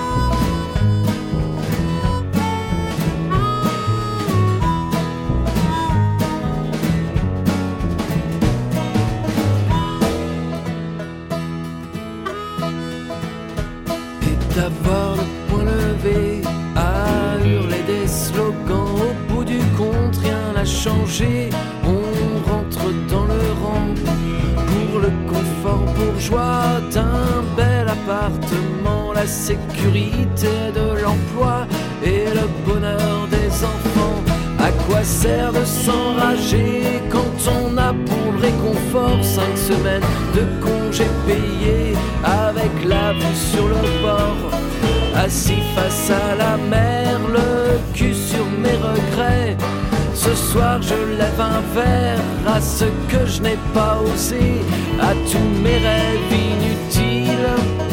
D'avoir le poing levé, à hurler des slogans. Au bout du compte, rien n'a changé. On rentre dans le rang pour le confort bourgeois d'un bel appartement, la sécurité de l'emploi et le bonheur des enfants. À quoi sert de s'enrager quand on a pour le réconfort 5 semaines de congés payés avec la vue sur le bord, assis face à la mer, le cul sur mes regrets. Ce soir je lève un verre à ce que je n'ai pas osé, à tous mes rêves inutiles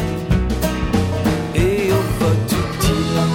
et au vote utile.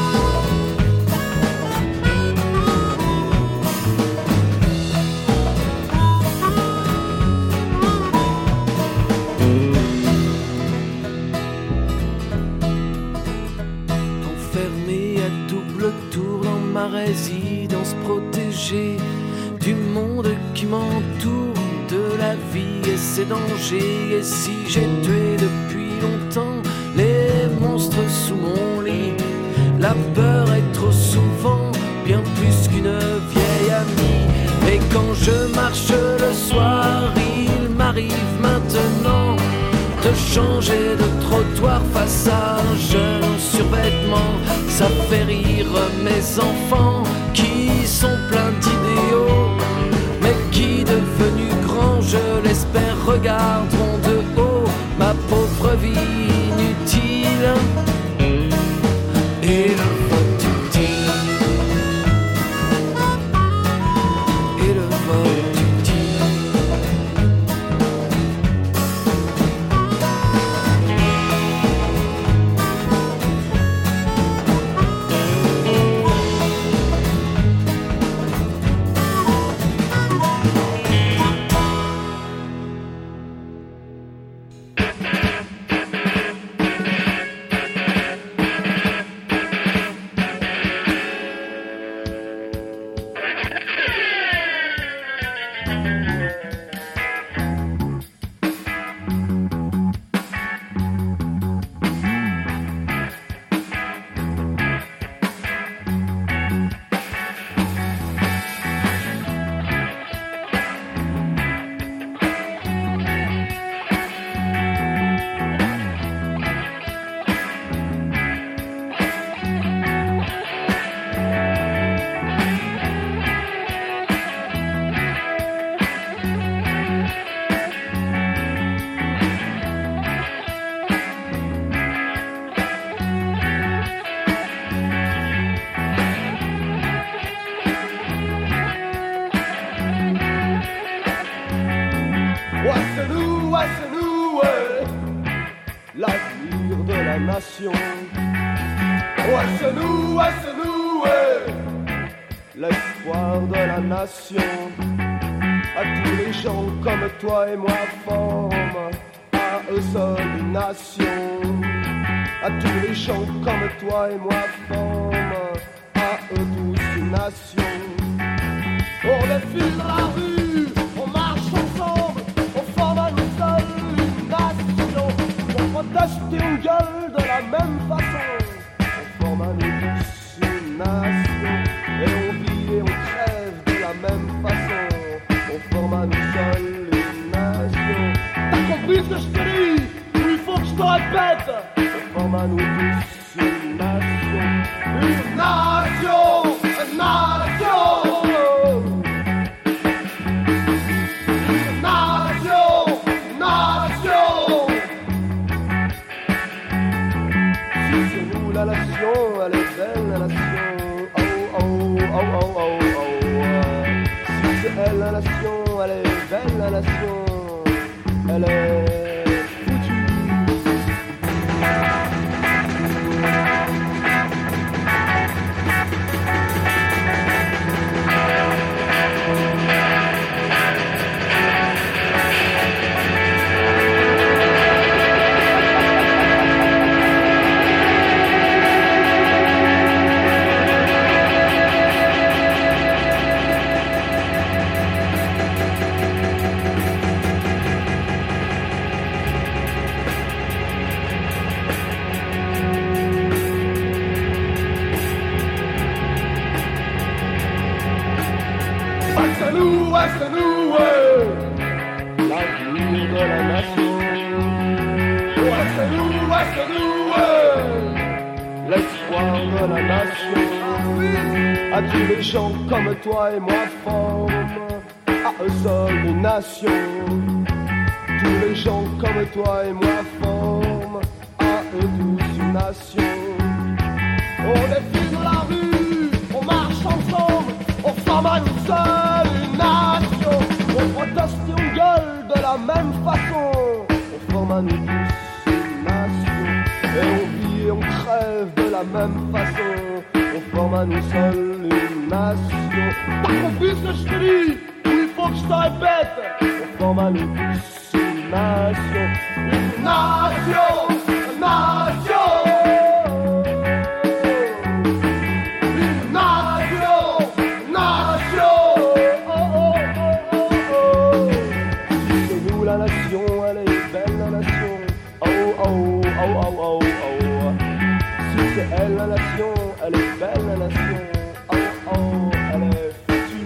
Résidence protégée du monde qui m'entoure, de la vie et ses dangers. Et si j'ai tué depuis longtemps les monstres sous mon lit, la peur est trop souvent bien plus qu'une vieille amie. Et quand je marche le soir, il m'arrive maintenant de changer de trottoir face à un jeune en survêtement. Ça fait rire mes enfants qui sont pleins d'idéaux, mais qui devenus grands, je l'espère, regarderont de haut ma pauvre vie inutile et le vote utile. Et le vote utile. L'avenir de la nation. Ouais, c'est nous, ouais. L'espoir de la nation. À tous les gens comme toi et moi forment à eux seuls une nation. À tous les gens comme toi et moi forment à eux tous une nation. On défile dans la rue, on marche ensemble, on forme à nous seuls une nation. On proteste et on gueule de la même façon. On forme à nous tous une nation. Et on vit et on crève de la même façon. On forme à nous seuls une nation. T'as compris ce que je te dis? Ou il faut que je te répète? On forme à nous tous une nation. Une nation, une nation. Une nation, une nation. Si c'est nous la nation, elle est belle la nation. Si c'est elle la nation, elle est belle la nation. Elle est foutue. C'est nous, l'avenir de la nation. Ouais, c'est nous, l'espoir de la nation. À tous les gens comme toi et moi forment à eux seuls une nation. Tous les gens comme toi et moi forment à eux tous une nation. On défile dans la rue, on marche ensemble, on forme à nous seuls une nation. On proteste et on gueule de la même façon. On forme à nous tous une nation. Et on vit et on crève de la même façon. On forme à nous seuls une nation. T'as compris ce que je te dis? Ou il faut que je te répète? On forme à nous tous une nation. Une nation, une nation. La nation, elle est belle la nation. Oh oh oh oh oh oh. Si c'est elle la nation, elle est belle la nation. Oh oh, elle est foutue.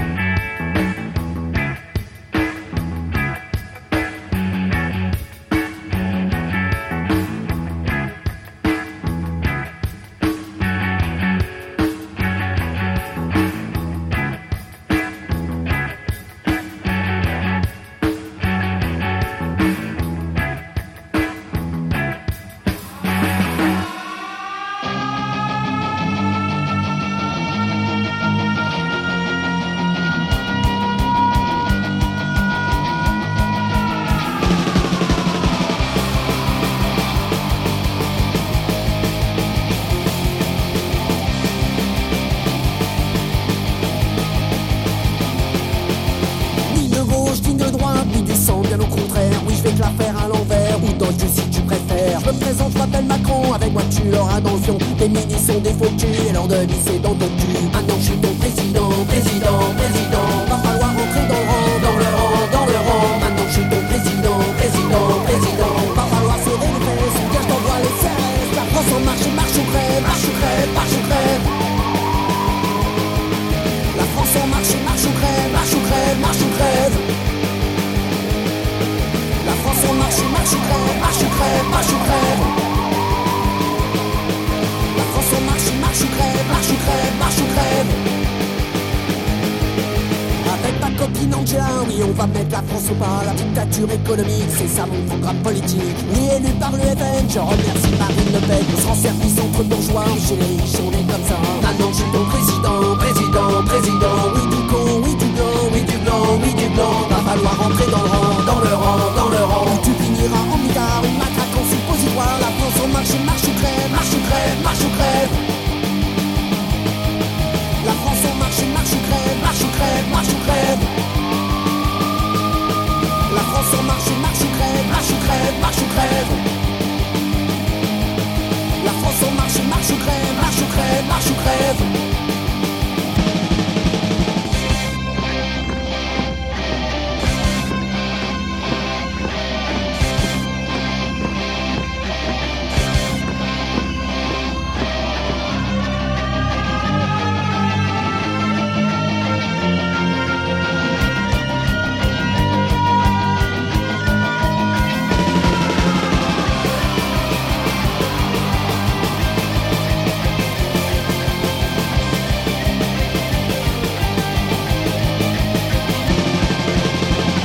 Tu leur as dans le fion, tes mini sont des faux culs et leur demi c'est dans ton cul. Maintenant je suis ton président, va falloir rentrer dans le rang. Maintenant je suis ton président, va falloir serrer les fesses, ou bien je t'envoie les CRS. La France en marche, marche ou crève. La France en marche ou crève. La France en marche ou crève. La France en marche ou crève. Avec ma copine Angela, oui on va mettre la France au pas. La dictature économique, c'est ça mon programme politique. Oui élu par le FN, je remercie Marine Le Pen. On se rend service entre bourgeois, chez les riches on est comme ça. Maintenant je suis ton président. Oui du con, oui du blanc. Va falloir rentrer dans le rang. Ou tu finiras en mitard, une matraque en suppositoire. La France en marche ou crève.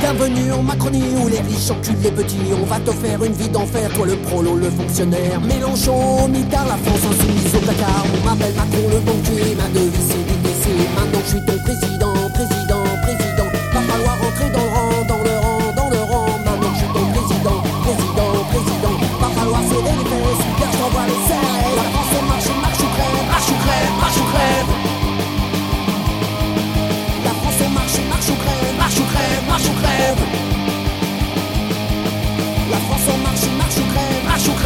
Bienvenue en Macronie où les riches enculent les petits. On va te faire une vie d'enfer, toi le prolo, le fonctionnaire. Mélenchon, mitard, la France insoumise au placard. On m'appelle Macron le banquier, ma devise c'est l'IPC. Maintenant je suis ton président. Va falloir rentrer dans le rang. Maintenant je suis ton président. Va falloir serrer les fesses, car je t'envoie les serres. La France est marche ou crève. La France est marche ou crève. La France en marche ou crève. La France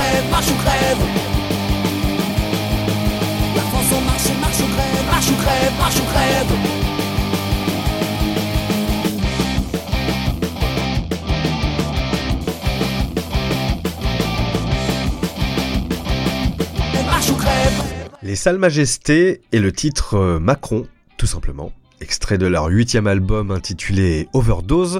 en marche ou crève. Les Salles Majestés et le titre Macron, tout simplement. Extrait de leur 8e album intitulé Overdose.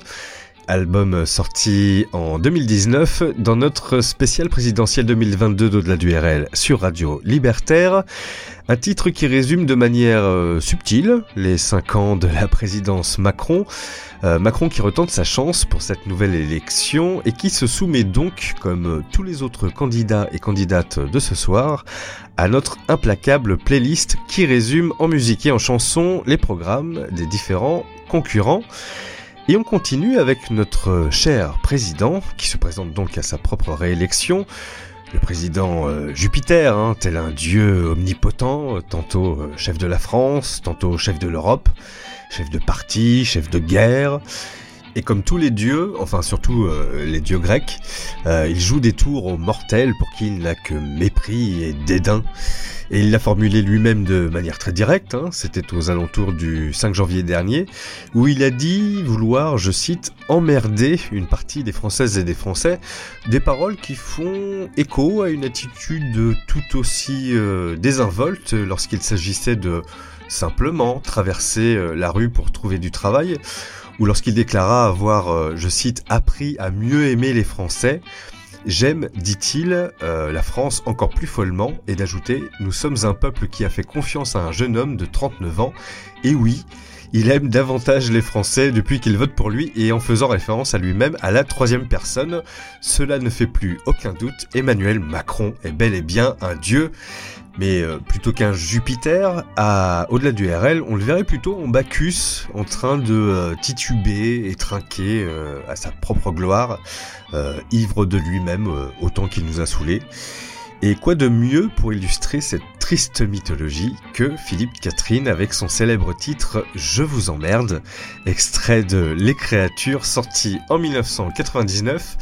Album sorti en 2019 dans notre spécial présidentiel 2022 d'Au-delà du RL sur Radio Libertaire. Un titre qui résume de manière subtile les 5 ans de la présidence Macron. Macron qui retente sa chance pour cette nouvelle élection et qui se soumet donc, comme tous les autres candidats et candidates de ce soir, à notre implacable playlist qui résume en musique et en chanson les programmes des différents concurrents. Et on continue avec notre cher président, qui se présente donc à sa propre réélection. Le président Jupiter, tel un dieu omnipotent, tantôt chef de la France, tantôt chef de l'Europe, chef de parti, chef de guerre. Et comme tous les dieux, enfin surtout les dieux grecs, il joue des tours aux mortels pour qui il n'a que mépris et dédain. Et il l'a formulé lui-même de manière très directe, c'était aux alentours du 5 janvier dernier, où il a dit vouloir, je cite, emmerder une partie des Françaises et des Français, des paroles qui font écho à une attitude tout aussi désinvolte lorsqu'il s'agissait de simplement traverser la rue pour trouver du travail, ou lorsqu'il déclara avoir, je cite, appris à mieux aimer les Français. J'aime, dit-il, la France encore plus follement, et d'ajouter « Nous sommes un peuple qui a fait confiance à un jeune homme de 39 ans, et oui, il aime davantage les Français depuis qu'il vote pour lui, et en faisant référence à lui-même à la 3e personne. Cela ne fait plus aucun doute, Emmanuel Macron est bel et bien un dieu. » Mais plutôt qu'un Jupiter, au-delà du RL, on le verrait plutôt en Bacchus, en train de tituber et trinquer à sa propre gloire, ivre de lui-même autant qu'il nous a saoulés. Et quoi de mieux pour illustrer cette triste mythologie que Philippe Catherine avec son célèbre titre « Je vous emmerde », extrait de Les Créatures sorti en 1999.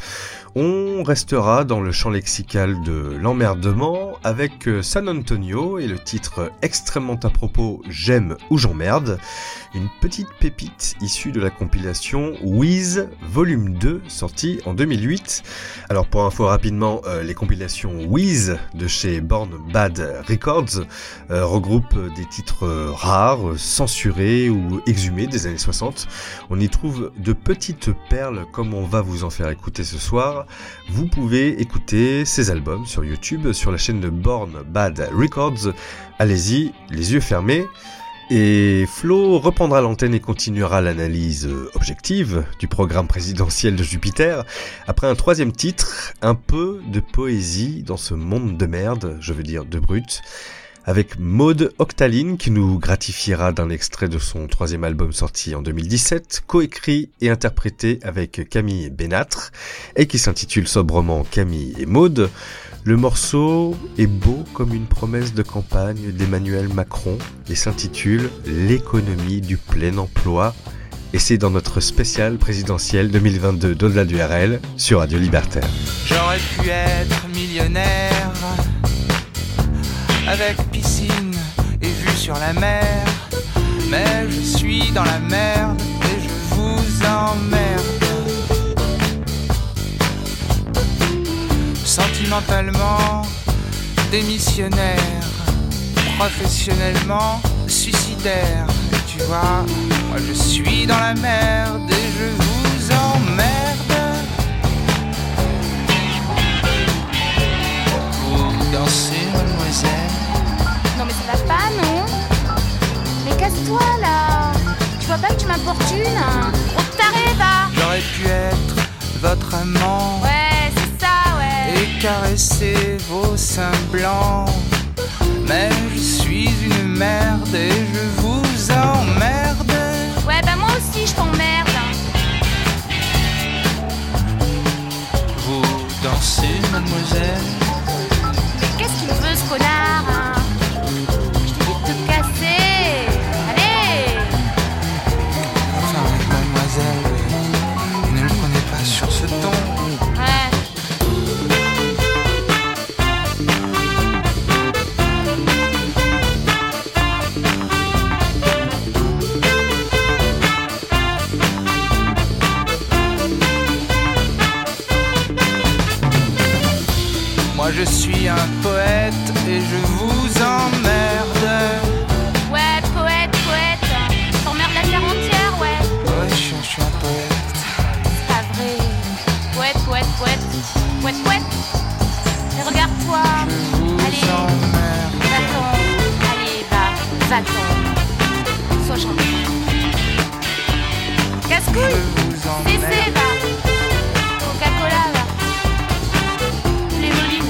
On restera dans le champ lexical de l'emmerdement avec San Antonio et le titre extrêmement à propos J'aime ou j'emmerde, une petite pépite issue de la compilation Wheeze Volume 2 sortie en 2008. Alors pour info rapidement, les compilations Wheeze de chez Born Bad Records regroupent des titres rares, censurés ou exhumés des années 60. On y trouve de petites perles comme on va vous en faire écouter ce soir. Vous pouvez écouter ces albums sur YouTube, sur la chaîne de Born Bad Records. Allez-y, les yeux fermés. Et Flo reprendra l'antenne et continuera l'analyse objective du programme présidentiel de Jupiter. Après un 3e titre, un peu de poésie dans ce monde de merde, je veux dire de brut. Avec Maud Octaline qui nous gratifiera d'un extrait de son 3e album sorti en 2017, coécrit et interprété avec Camille Bénatre, et qui s'intitule sobrement Camille et Maud. Le morceau est beau comme une promesse de campagne d'Emmanuel Macron et s'intitule L'économie du plein emploi. Et c'est dans notre spécial présidentiel 2022 d'Au-delà du RL sur Radio Libertaire. J'aurais pu être millionnaire avec piscine et vue sur la mer, mais je suis dans la merde et je vous emmerde. Sentimentalement démissionnaire, professionnellement suicidaire. Tu vois, moi je suis dans la merde et je vous emmerde. Vous dansez, mademoiselle? Non mais ça va pas, non? Mais casse-toi là! Tu vois pas que tu m'importunes? On t'arrête, va! J'aurais pu vraiment. Ouais, c'est ça, ouais. Et caresser vos seins blancs. Mais je suis une merde et je vous emmerde. Ouais, bah moi aussi je t'emmerde. Vous dansez, mademoiselle? Qu'est-ce qu'il veut ce connard, hein? Je te dis de te casser. Allez. Enfin, mademoiselle, ne le prenez pas sur ce ton. Ouais. Moi je suis un poète et je vous emmerde. Ouais, poète. T'emmerdes la terre entière, ouais. Ouais, je suis un poète. C'est pas vrai. Poète. Mais regarde-toi. Allez. Va-t'en. Allez, va-t'en. Sois gentil. Casse-couille. Cessez, va. Coca-Cola, va. Playmobil.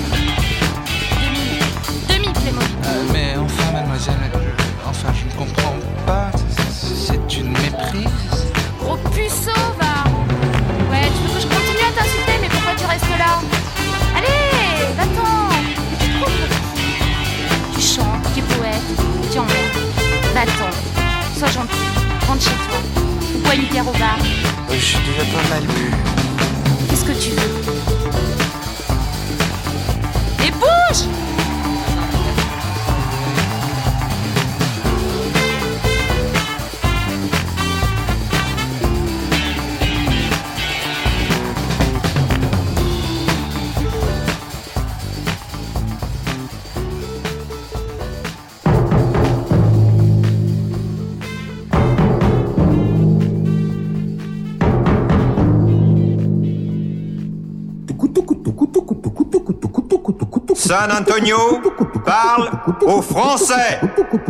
Demi-Playmobil. Mais enfin, mademoiselle, je ne comprends pas. C'est une méprise. Gros puceau, va. Ouais, tu veux que je continue à t'insulter, mais pourquoi tu restes là? Allez, va-t'en. Tu chantes, tu es poète, tu emmerdes. Va-t'en. Sois gentil. Rentre chez toi. Ou bois une bière au bar. Je suis déjà pas mal bu. Qu'est-ce que tu veux? Et bouge! San Antonio parle aux Français.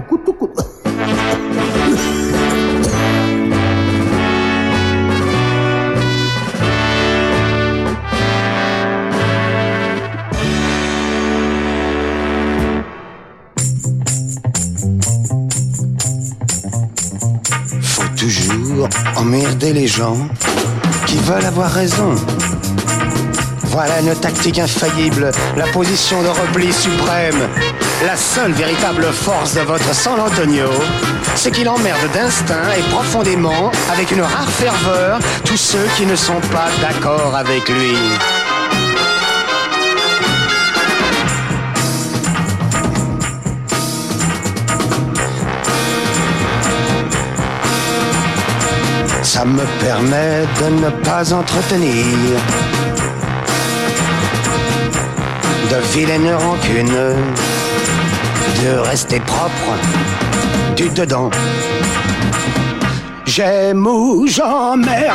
Faut toujours emmerder les gens qui veulent avoir raison. Voilà une tactique infaillible, la position de repli suprême. La seule véritable force de votre San Antonio, c'est qu'il emmerde d'instinct et profondément, avec une rare ferveur, tous ceux qui ne sont pas d'accord avec lui. Ça me permet de ne pas entretenir de vilaines rancunes, de rester propre du dedans. J'aime ou j'emmerde.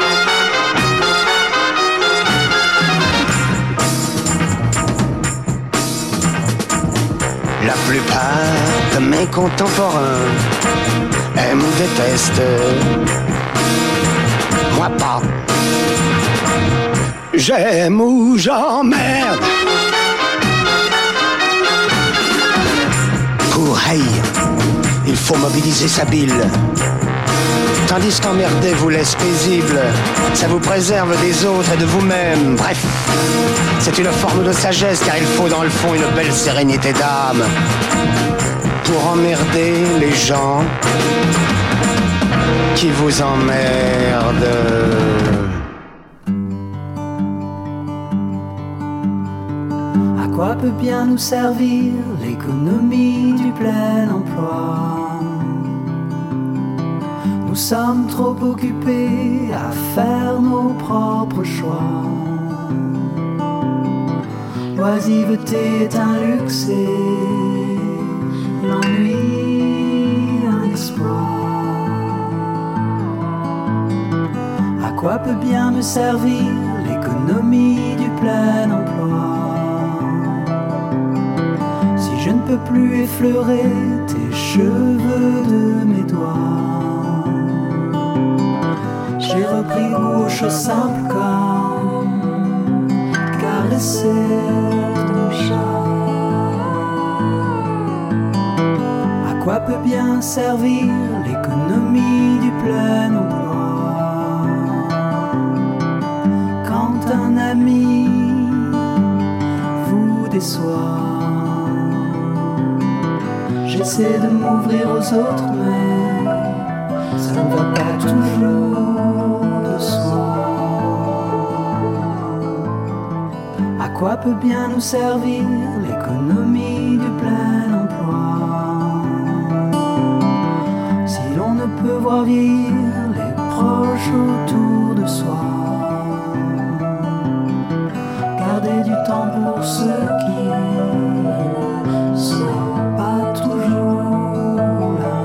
La plupart de mes contemporains aiment ou détestent. Moi pas. J'aime ou j'emmerde. Pour haïr, il faut mobiliser sa bile. Tandis qu'emmerder vous laisse paisible, ça vous préserve des autres et de vous-même. Bref, c'est une forme de sagesse car il faut dans le fond une belle sérénité d'âme pour emmerder les gens qui vous emmerdent. À quoi peut bien nous servir l'économie du plein emploi? Nous sommes trop occupés à faire nos propres choix. L'oisiveté est un luxe et l'ennui un exploit. À quoi peut bien me servir l'économie du plein emploi? Si je ne peux plus effleurer tes cheveux de mes doigts, j'ai repris goût aux choses simples comme caresser ton chat. À quoi peut bien servir l'économie du plein emploi quand un ami vous déçoit? J'essaie de m'ouvrir aux autres, mais ça ne va pas toujours de soi. À quoi peut bien nous servir l'économie du plein emploi si l'on ne peut voir vieillir les proches autour de soi? Garder du temps pour ceux qui sont pas toujours là.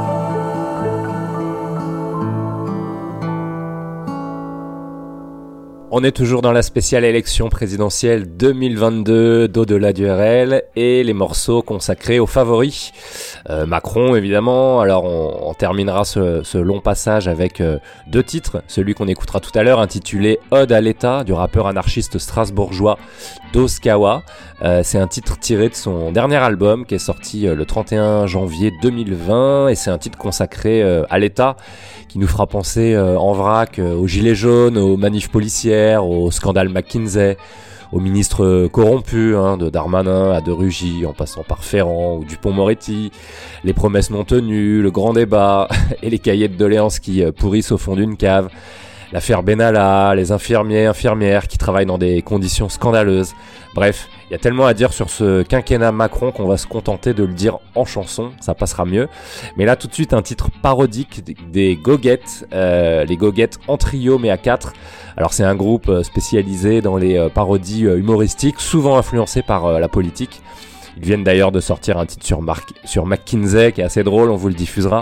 On est toujours dans la spéciale élection présidentielle 2022 d'Au-delà du RL et les morceaux consacrés aux favoris. Macron évidemment, alors on terminera ce long passage avec deux titres, celui qu'on écoutera tout à l'heure intitulé Ode à l'État du rappeur anarchiste strasbourgeois Doskawa. C'est un titre tiré de son dernier album qui est sorti le 31 janvier 2020 et c'est un titre consacré à l'État qui nous fera penser en vrac aux gilets jaunes, aux manifs policières, au scandale McKinsey, aux ministres corrompus, de Darmanin à De Rugy, en passant par Ferrand ou Dupond-Moretti, les promesses non tenues, le grand débat et les cahiers de doléances qui pourrissent au fond d'une cave, l'affaire Benalla, les infirmières qui travaillent dans des conditions scandaleuses. Bref, il y a tellement à dire sur ce quinquennat Macron qu'on va se contenter de le dire en chanson, ça passera mieux. Mais là tout de suite un titre parodique des Goguettes, les Goguettes en trio mais à 4. Alors c'est un groupe spécialisé dans les parodies humoristiques, souvent influencées par la politique. Ils viennent d'ailleurs de sortir un titre sur McKinsey qui est assez drôle, on vous le diffusera.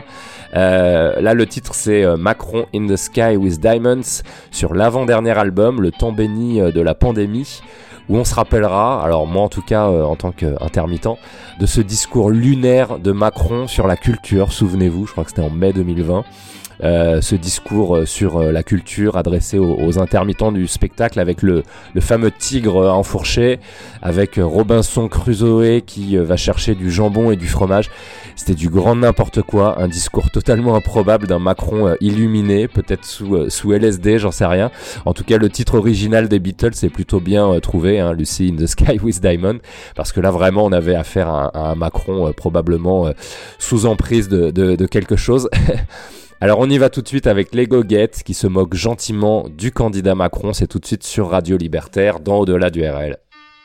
Là le titre c'est Macron in the Sky with Diamonds sur l'avant-dernier album, Le temps béni de la pandémie, où on se rappellera, alors moi en tout cas en tant qu'intermittent, de ce discours lunaire de Macron sur la culture, souvenez-vous, je crois que c'était en mai 2020. Ce discours sur la culture adressé aux intermittents du spectacle avec le fameux tigre enfourché, avec Robinson Crusoe qui va chercher du jambon et du fromage. C'était du grand n'importe quoi, un discours totalement improbable d'un Macron illuminé, peut-être sous LSD, j'en sais rien. En tout cas, le titre original des Beatles est plutôt bien trouvé, Lucy in the Sky with Diamond, parce que là vraiment on avait affaire à un Macron probablement sous emprise de quelque chose. Alors on y va tout de suite avec les Goguettes qui se moquent gentiment du candidat Macron, c'est tout de suite sur Radio Libertaire dans Au-delà du RL.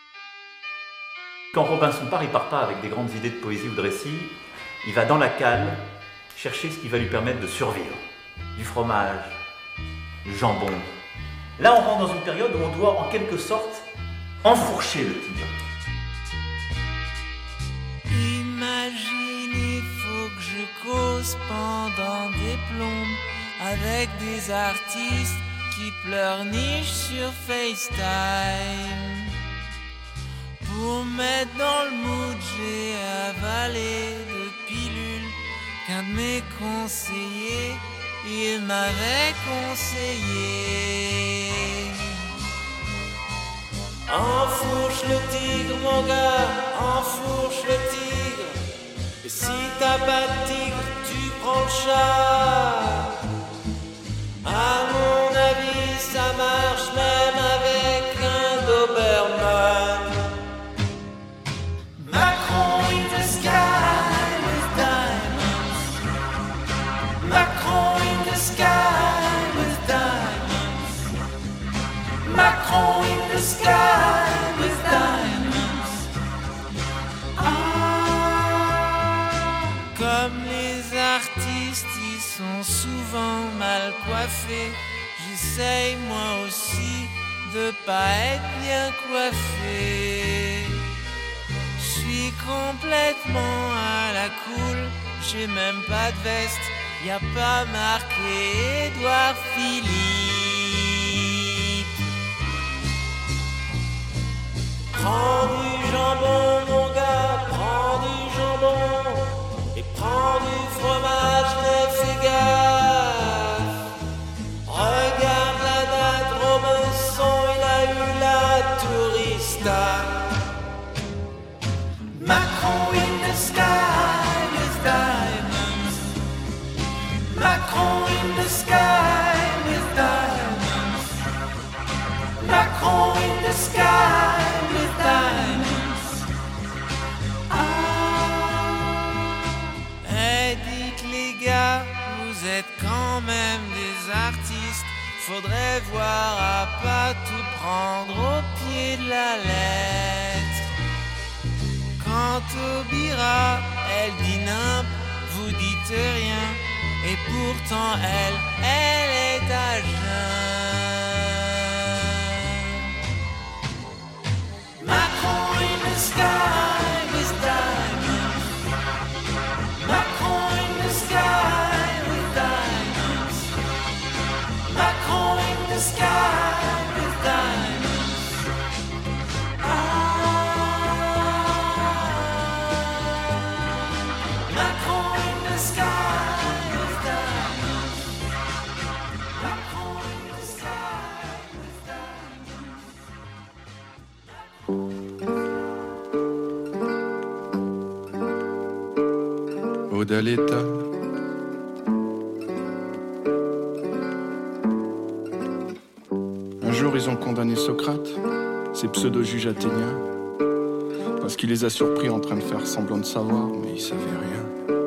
Quand Robinson part, il part pas avec des grandes idées de poésie ou de récit, il va dans la cale chercher ce qui va lui permettre de survivre. Du fromage, du jambon. Là on rentre dans une période où on doit en quelque sorte enfourcher le tigre. Imagine, il faut que je cause pendant des plombes avec des artistes qui pleurnichent sur FaceTime. Pour mettre dans le mood, j'ai avalé de pilules qu'un de mes conseillers, il m'avait conseillé. Enfourche le tigre, mon gars, enfourche le tigre. Et si t'as pas de tigre, tu prends le chat. À mon avis, ça marche même avec un Doberman. Macron in the sky with diamonds. Macron in the sky with diamonds. Macron in the sky with diamonds. Comme les artistes, ils sont souvent mal coiffés. J'essaye moi aussi de pas être bien coiffé. J'suis complètement à la cool, j'ai même pas de veste, y a pas marqué Édouard Philippe. Prends du jambon mon gars, prends du jambon. Et prends du fromage, mais fais gaffe. Regarde la date, Robinson, il a eu la touriste. star. Macron in the sky with diamonds. Macron in the sky with diamonds. Macron in the sky with diamonds. Eh, dites les gars, vous êtes quand même des artistes. Faudrait voir à pas tout prendre au pied de la lettre. Quant au Bira, elle dit nimp, vous dites rien. Et pourtant elle est à jeun. Macron in the sky with diamonds. Macron in the sky with diamonds. Macron in the sky with diamonds. Macron in the sky with diamonds. Macron in the sky with diamonds. Ode à l'État. Un jour, ils ont condamné Socrate, ces pseudo-juges athéniens, parce qu'il les a surpris en train de faire semblant de savoir, mais ils savaient rien.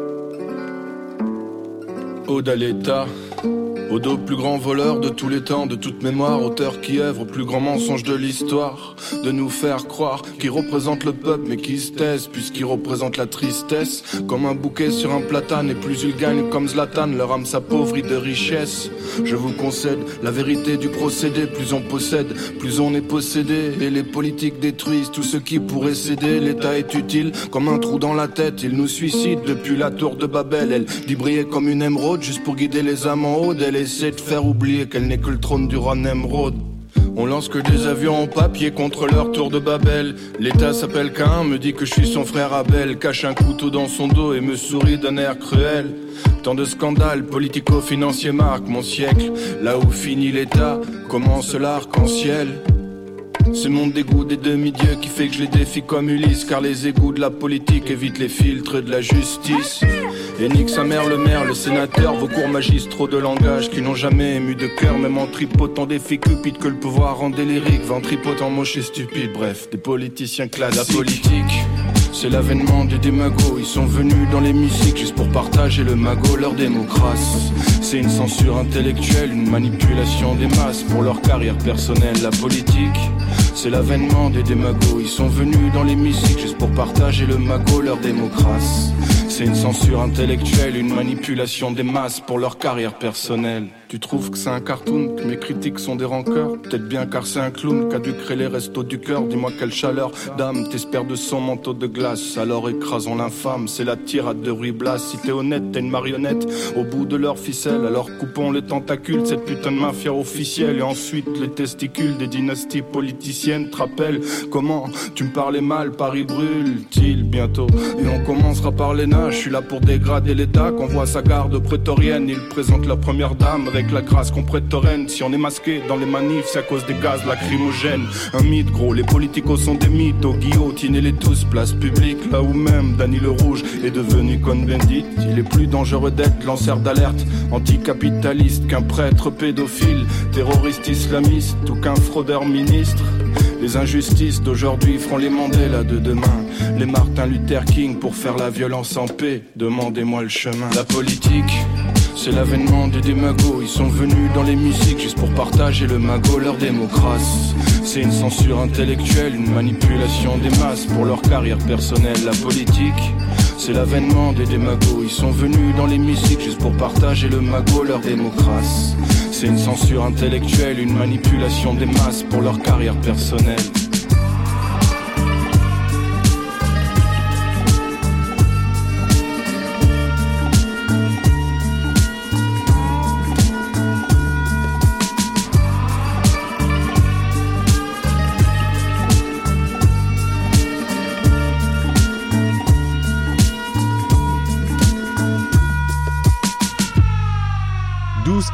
Ode à l'État. Ode au plus grand voleur de tous les temps, de toute mémoire, auteur qui œuvre au plus grand mensonge de l'histoire, de nous faire croire qu'il représente le peuple mais qui se taise puisqu'il représente la tristesse. Comme un bouquet sur un platane et plus ils gagnent comme Zlatan, leur âme s'appauvrit de richesse. Je vous concède la vérité du procédé, plus on possède, plus on est possédé. Et les politiques détruisent tout ce qui pourrait céder. L'État est utile comme un trou dans la tête, il nous suicide depuis la tour de Babel. Elle dit briller comme une émeraude juste pour guider les âmes en haut. Elle essaie de faire oublier qu'elle n'est que le trône du roi Nemrod. On lance que des avions en papier contre leur tour de Babel. L'État s'appelle Cain, me dit que je suis son frère Abel. Cache un couteau dans son dos et me sourit d'un air cruel. Tant de scandales politico-financiers marquent mon siècle. Là où finit l'État, commence l'arc-en-ciel. C'est mon dégoût des demi-dieux qui fait que je les défie comme Ulysse. Car les égouts de la politique évitent les filtres de la justice. Et nique sa mère le maire, le sénateur, vos cours magistraux de langage qui n'ont jamais ému de cœur. Même en tripotant des filles cupides que le pouvoir rend délirique. Ventripotent moche et stupide, bref, des politiciens classiques. La politique, c'est l'avènement des démagos. Ils sont venus dans les musiques juste pour partager le magot, leur démocratie. C'est une censure intellectuelle, une manipulation des masses pour leur carrière personnelle. La politique, c'est l'avènement des démagos. Ils sont venus dans les musiques juste pour partager le magot, leur démocratie. C'est une censure intellectuelle, une manipulation des masses pour leur carrière personnelle. Tu trouves que c'est un cartoon, que mes critiques sont des rancœurs? Peut-être bien car c'est un clown qu'a dû créer les restos du cœur. Dis-moi quelle chaleur d'âme t'espères de son manteau de glace. Alors écrasons l'infâme, c'est la tirade de Ruy Blas. Si t'es honnête, t'es une marionnette au bout de leur ficelle. Alors coupons les tentacules de cette putain de mafia officielle. Et ensuite les testicules des dynasties politiciennes. Te rappelles comment tu me parlais mal, Paris brûle-t-il bientôt? Et on commencera par les nains. Je suis là pour dégrader l'État, qu'on voit sa garde prétorienne. Ils présentent leur première dame avec la grâce qu'on prête au Rennes. Si on est masqué dans les manifs, c'est à cause des gaz lacrymogènes. Un mythe gros, les politicos sont des mythos. Guillotinez-les tous, place publique. Là où même Dany le Rouge est devenu Cohn-Bendit. Il est plus dangereux d'être lanceur d'alerte anticapitaliste qu'un prêtre pédophile, terroriste islamiste ou qu'un fraudeur ministre. Les injustices d'aujourd'hui feront les Mandela de demain. Les Martin Luther King pour faire la violence en paix. Demandez-moi le chemin. La politique, c'est l'avènement des démagos. Ils sont venus dans les musiques juste pour partager le magot, leur démocratie. C'est une censure intellectuelle, une manipulation des masses pour leur carrière personnelle. La politique, c'est l'avènement des démagos. Ils sont venus dans les musiques juste pour partager le magot, leur démocratie. C'est une censure intellectuelle, une manipulation des masses pour leur carrière personnelle.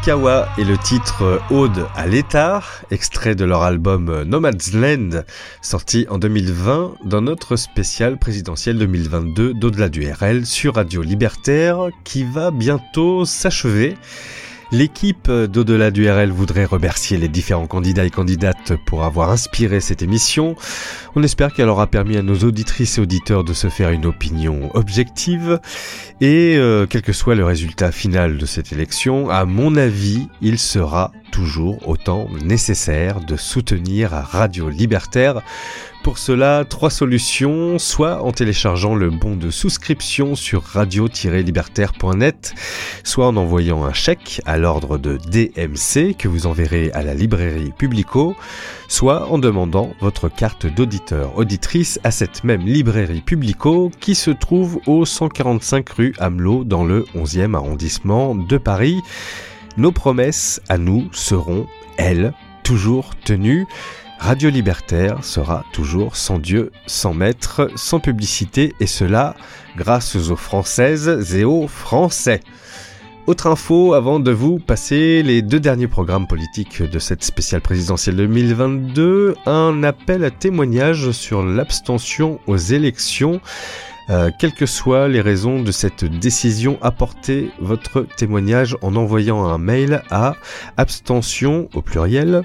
Kawa et le titre Ode à l'État, extrait de leur album Nomadsland, sorti en 2020 dans notre spécial présidentiel 2022 d'Au-delà du RL sur Radio Libertaire, qui va bientôt s'achever. L'équipe d'Au-delà du RL voudrait remercier les différents candidats et candidates pour avoir inspiré cette émission. On espère qu'elle aura permis à nos auditrices et auditeurs de se faire une opinion objective. Et quel que soit le résultat final de cette élection, à mon avis, il sera toujours autant nécessaire de soutenir Radio Libertaire. Pour cela, 3 solutions, soit en téléchargeant le bon de souscription sur radio-libertaire.net, soit en envoyant un chèque à l'ordre de DMC que vous enverrez à la librairie Publico, soit en demandant votre carte d'auditeur-auditrice à cette même librairie Publico qui se trouve au 145 rue Amelot dans le 11e arrondissement de Paris. Nos promesses à nous seront, elles, toujours tenues. Radio Libertaire sera toujours sans Dieu, sans maître, sans publicité, et cela grâce aux Françaises et aux Français. Autre info avant de vous passer les 2 derniers programmes politiques de cette spéciale présidentielle 2022, un appel à témoignage sur l'abstention aux élections. Quelles que soient les raisons de cette décision, apportez votre témoignage en envoyant un mail à abstention au pluriel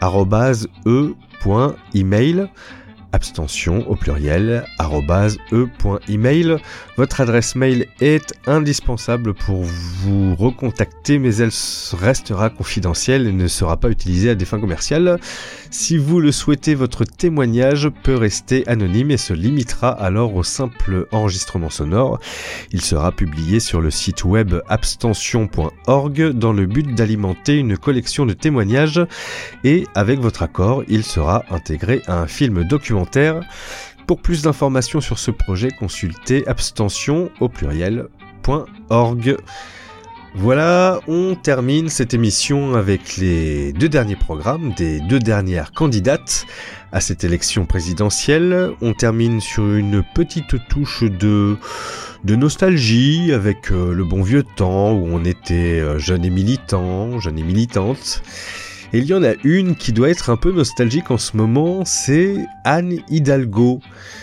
@e.email, abstention au pluriel @e.email. Votre adresse mail est indispensable pour vous recontacter, mais elle restera confidentielle et ne sera pas utilisée à des fins commerciales. Si vous le souhaitez, votre témoignage peut rester anonyme et se limitera alors au simple enregistrement sonore. Il sera publié sur le site web abstention.org dans le but d'alimenter une collection de témoignages et, avec votre accord, il sera intégré à un film documentaire. Pour plus d'informations sur ce projet, consultez abstention au pluriel.org. Voilà, on termine cette émission avec les 2 derniers programmes des 2 dernières candidates à cette élection présidentielle. On termine sur une petite touche de nostalgie avec le bon vieux temps où on était jeune et militant, jeune et militante. Et il y en a une qui doit être un peu nostalgique en ce moment, c'est Anne Hidalgo.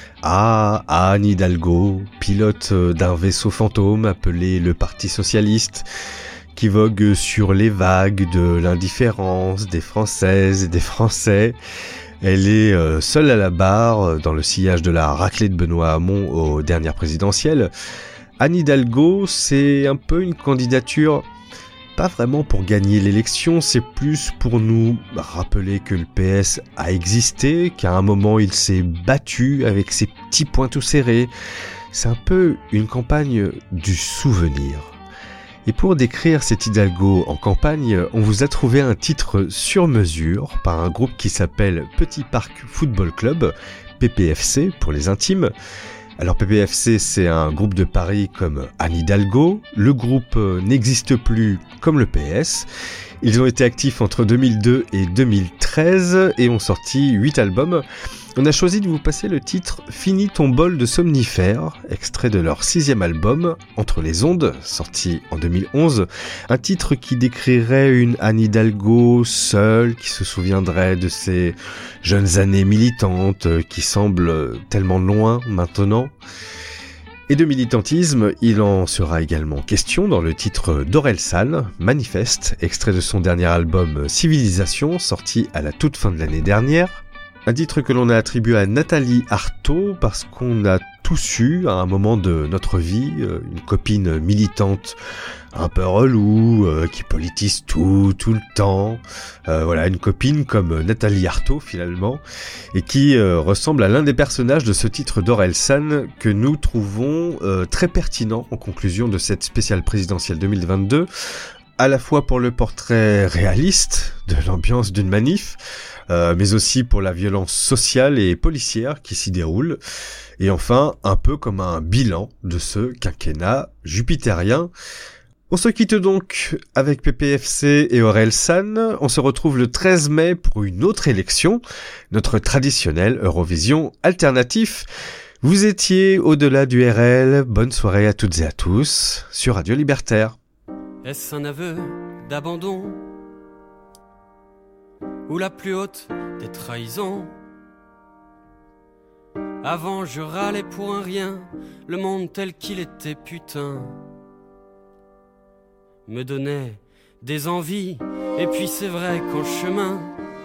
Ah, Anne Hidalgo, pilote d'un vaisseau fantôme appelé le Parti Socialiste, qui vogue sur les vagues de l'indifférence des Françaises et des Français. Elle est seule à la barre dans le sillage de la raclée de Benoît Hamon aux dernières présidentielles. Anne Hidalgo, c'est un peu une candidature pas vraiment pour gagner l'élection, c'est plus pour nous rappeler que le PS a existé, qu'à un moment il s'est battu avec ses petits poings tout serrés. C'est un peu une campagne du souvenir. Et pour décrire cette Hidalgo en campagne, on vous a trouvé un titre sur mesure par un groupe qui s'appelle Petit Parc Football Club, PPFC pour les intimes. Alors PPFC, c'est un groupe de Paris comme Anne Hidalgo. Le groupe n'existe plus comme le PS. Ils ont été actifs entre 2002 et 2013 et ont sorti 8 albums. On a choisi de vous passer le titre « Finis ton bol de somnifères », extrait de leur 6e album, Entre les ondes, sorti en 2011. Un titre qui décrirait une Anne Hidalgo seule, qui se souviendrait de ses jeunes années militantes, qui semblent tellement loin maintenant. Et de militantisme, il en sera également question dans le titre d'Orelsan, Manifeste, extrait de son dernier album Civilisation, sorti à la toute fin de l'année dernière. Un titre que l'on a attribué à Nathalie Arthaud parce qu'on a tous eu, à un moment de notre vie, une copine militante un peu relou, qui politise tout le temps. Voilà, une copine comme Nathalie Arthaud finalement, et qui ressemble à l'un des personnages de ce titre d'Orelsan que nous trouvons très pertinent en conclusion de cette spéciale présidentielle 2022, à la fois pour le portrait réaliste de l'ambiance d'une manif, mais aussi pour la violence sociale et policière qui s'y déroule, et enfin un peu comme un bilan de ce quinquennat jupitérien. On se quitte donc avec PPFC et Orelsan. On se retrouve le 13 mai pour une autre élection, notre traditionnel Eurovision alternatif. Vous étiez au-delà du RL, bonne soirée à toutes et à tous sur Radio Libertaire. Est-ce un aveu d'abandon, ou la plus haute des trahisons. Avant je râlais pour un rien, le monde tel qu'il était putain me donnait des envies, et puis c'est vrai qu'en chemin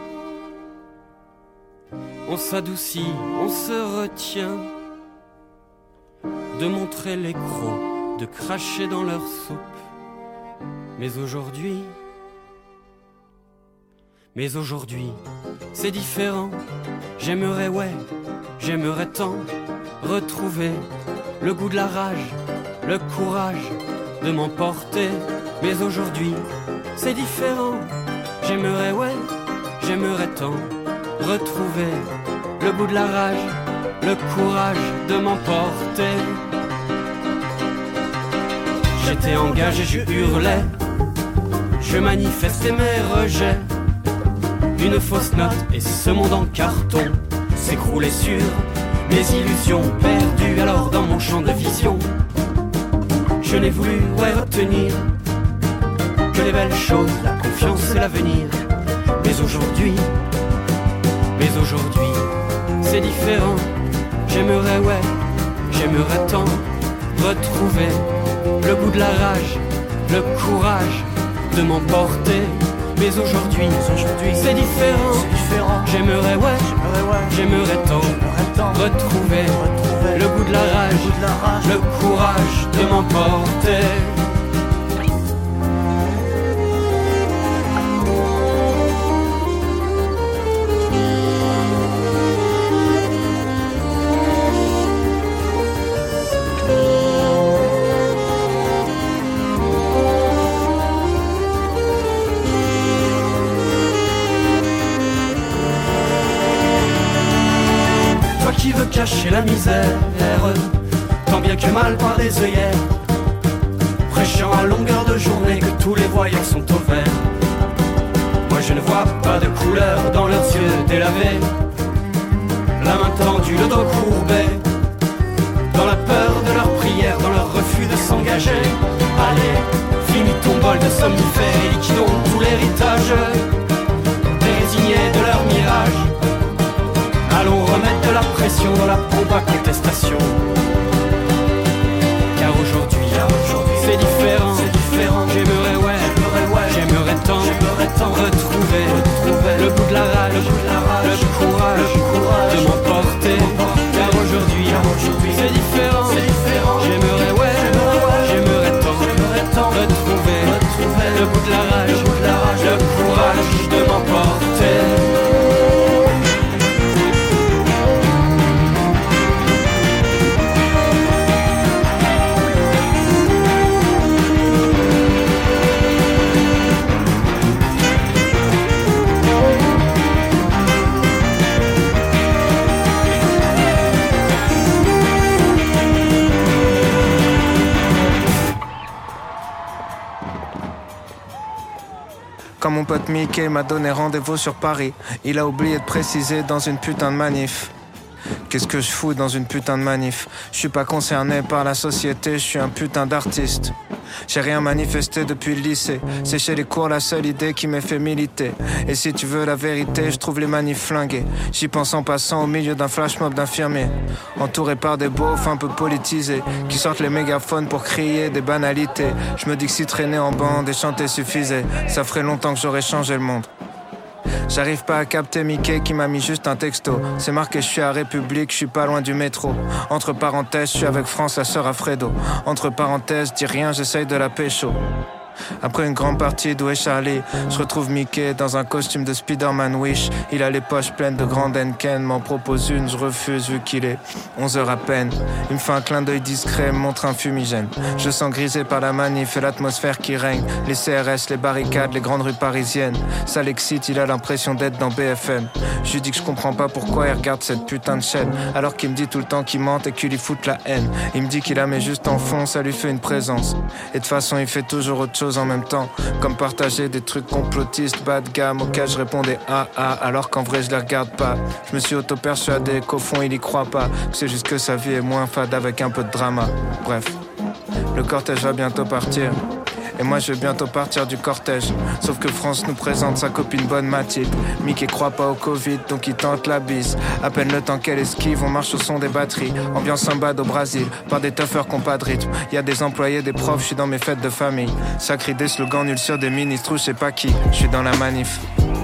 on s'adoucit, on se retient de montrer les crocs, de cracher dans leur soupe. Mais aujourd'hui, c'est différent. J'aimerais tant retrouver le goût de la rage, le courage de m'emporter. Mais aujourd'hui, c'est différent. J'aimerais tant retrouver le goût de la rage, le courage de m'emporter. J'étais engagé, je hurlais, je manifestais mes rejets. Une fausse note et ce monde en carton s'écroulait sur mes illusions perdues. Alors dans mon champ de vision, je n'ai voulu retenir que les belles choses, la confiance et l'avenir. Mais aujourd'hui, c'est différent. J'aimerais tant retrouver le goût de la rage, le courage de m'emporter. Mais aujourd'hui, c'est différent. J'aimerais tant retrouver le goût de la rage, le courage de m'emporter. Qui veut cacher la misère, tant bien que mal par des œillères, prêchant à longueur de journée que tous les voyants sont au vert. Moi je ne vois pas de couleur dans leurs yeux délavés, la main tendue, le dos courbé, dans la peur de leurs prières, dans leur refus de s'engager. Allez, finis ton bol de somnifères et liquidons tout l'héritage, désignés de leur mirage. Allons remettre de la pression dans la pompe à contestation. Car aujourd'hui, c'est différent. J'aimerais tant retrouver le goût de la rage, le courage de m'emporter. Car aujourd'hui, c'est différent. J'aimerais tant retrouver le goût de la rage, le courage de m'emporter. Quand mon pote Mickey m'a donné rendez-vous sur Paris, il a oublié de préciser dans une putain de manif. Qu'est-ce que je fous dans une putain de manif? Je suis pas concerné par la société, je suis un putain d'artiste. J'ai rien manifesté depuis le lycée, c'est chez les cours la seule idée qui m'ait fait militer. Et si tu veux la vérité, je trouve les manifs flingués. J'y pense en passant au milieu d'un flash mob d'infirmiers, entouré par des beaufs un peu politisés, qui sortent les mégaphones pour crier des banalités. Je me dis que si traîner en bande et chanter suffisait, ça ferait longtemps que j'aurais changé le monde. J'arrive pas à capter Mickey qui m'a mis juste un texto. C'est marqué je suis à République, je suis pas loin du métro. Entre parenthèses, je suis avec France, la sœur à Fredo. Entre parenthèses, dis rien, j'essaye de la pécho. Après une grande partie d'Où est Charlie, je retrouve Mickey dans un costume de Spider-Man Wish. Il a les poches pleines de grandes Henken, m'en propose une, je refuse vu qu'il est 11h à peine. Il me fait un clin d'œil discret, me montre un fumigène. Je sens grisé par la manif et l'atmosphère qui règne. Les CRS, les barricades, les grandes rues parisiennes. Ça l'excite, il a l'impression d'être dans BFM. Je lui dis que je comprends pas pourquoi il regarde cette putain de chaîne, alors qu'il me dit tout le temps qu'il mente et qu'il lui fout la haine. Il me dit qu'il la met juste en fond, ça lui fait une présence. Et de façon il fait toujours autre chose en même temps, comme partager des trucs complotistes bas de gamme auxquels je répondais alors qu'en vrai je les regarde pas. Je me suis auto-persuadé qu'au fond il y croit pas, que c'est juste que sa vie est moins fade avec un peu de drama. Bref, le cortège va bientôt partir Et moi je vais bientôt partir du cortège. Sauf que France nous présente sa copine bonne Mathilde. Mickey croit pas au Covid donc il tente la bise. À peine le temps qu'elle esquive, on marche au son des batteries. Ambiance sambade au Brésil, par des tuffers qui ont pas de rythme. Y'a des employés, des profs, je suis dans mes fêtes de famille. Ça crie des slogans nuls sur des ministres ou je sais pas qui. Je suis dans la manif.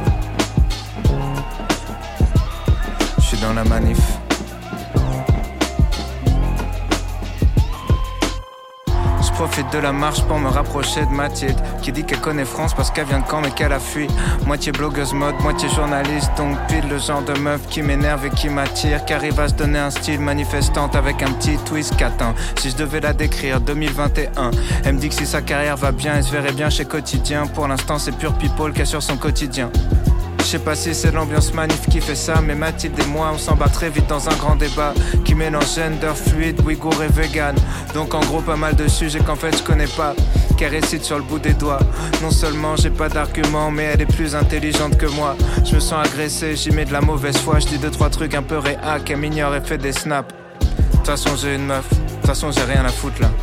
Je suis dans la manif. Je profite de la marche pour me rapprocher de Mathilde, qui dit qu'elle connaît France parce qu'elle vient de Caen mais qu'elle a fui. Moitié blogueuse mode, moitié journaliste, donc pile le genre de meuf qui m'énerve et qui m'attire, qui arrive à se donner un style manifestante avec un petit twist catin. Si je devais la décrire, 2021, elle me dit que si sa carrière va bien, elle se verrait bien chez Quotidien. Pour l'instant c'est pure people qui assure son quotidien. Je sais pas si c'est l'ambiance manif qui fait ça, mais Mathilde et moi on s'embarque très vite dans un grand débat qui mélange gender fluide, ouïghour et vegan. Donc en gros pas mal de sujets qu'en fait je connais pas, qu'elle récite sur le bout des doigts. Non seulement j'ai pas d'arguments, mais elle est plus intelligente que moi. Je me sens agressé, j'y mets de la mauvaise foi, je dis 2-3 trucs un peu réac, elle m'ignore et fait des snaps. De toute façon j'ai une meuf, de toute façon j'ai rien à foutre là.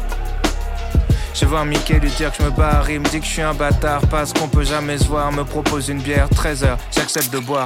Je vais voir Mickey lui dire que je me barre, il me dit que je suis un bâtard parce qu'on peut jamais se voir, me propose une bière, 13h, j'accepte de boire.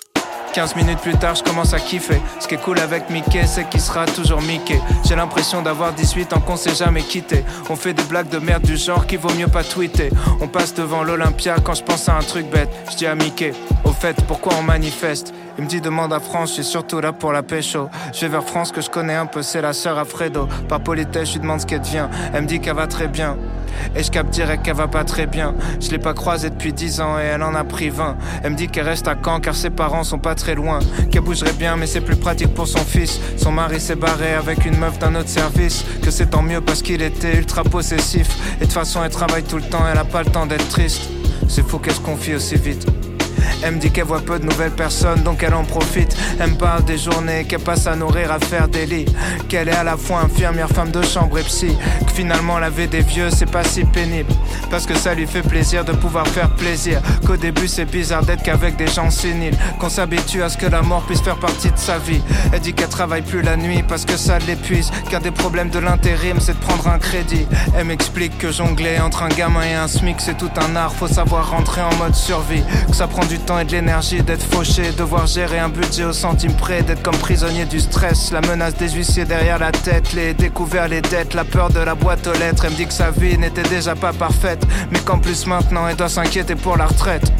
15 minutes plus tard, je commence à kiffer. Ce qui est cool avec Mickey, c'est qu'il sera toujours Mickey. J'ai l'impression d'avoir 18 ans qu'on s'est jamais quitté. On fait des blagues de merde du genre qu'il vaut mieux pas tweeter. On passe devant l'Olympia quand je pense à un truc bête. Je dis à Mickey, au fait, pourquoi on manifeste? Il me dit demande à France, je suis surtout là pour la pécho. Je vais vers France que je connais un peu, c'est la sœur à Fredo. Par politesse, je lui demande ce qu'elle devient. Elle me dit qu'elle va très bien. Et je capte direct qu'elle va pas très bien. Je l'ai pas croisée depuis 10 ans et elle en a pris 20. Elle me dit qu'elle reste à Caen car ses parents sont pas très loin. Qu'elle bougerait bien mais c'est plus pratique pour son fils. Son mari s'est barré avec une meuf d'un autre service. Que c'est tant mieux parce qu'il était ultra possessif. Et de toute façon elle travaille tout le temps, elle a pas le temps d'être triste. C'est fou qu'elle se confie aussi vite. Elle me dit qu'elle voit peu de nouvelles personnes donc elle en profite. Elle me parle des journées qu'elle passe à nourrir, à faire des lits. Qu'elle est à la fois infirmière, femme de chambre et psy. Que finalement laver des vieux c'est pas si pénible. Parce que ça lui fait plaisir de pouvoir faire plaisir. Qu'au début c'est bizarre d'être qu'avec des gens séniles. Qu'on s'habitue à ce que la mort puisse faire partie de sa vie. Elle dit qu'elle travaille plus la nuit parce que ça l'épuise. Car des problèmes de l'intérim c'est de prendre un crédit. Elle m'explique que jongler entre un gamin et un SMIC c'est tout un art. Faut savoir rentrer en mode survie. Que ça prend du temps et de l'énergie, d'être fauché, devoir gérer un budget au centime près, d'être comme prisonnier du stress, la menace des huissiers derrière la tête, les découverts, les dettes, la peur de la boîte aux lettres. Elle me dit que sa vie n'était déjà pas parfaite, mais qu'en plus maintenant elle doit s'inquiéter pour la retraite.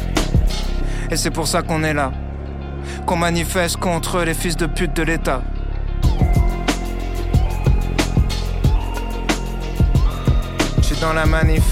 Et c'est pour ça qu'on est là, qu'on manifeste contre les fils de pute de l'État. Je suis dans la manif.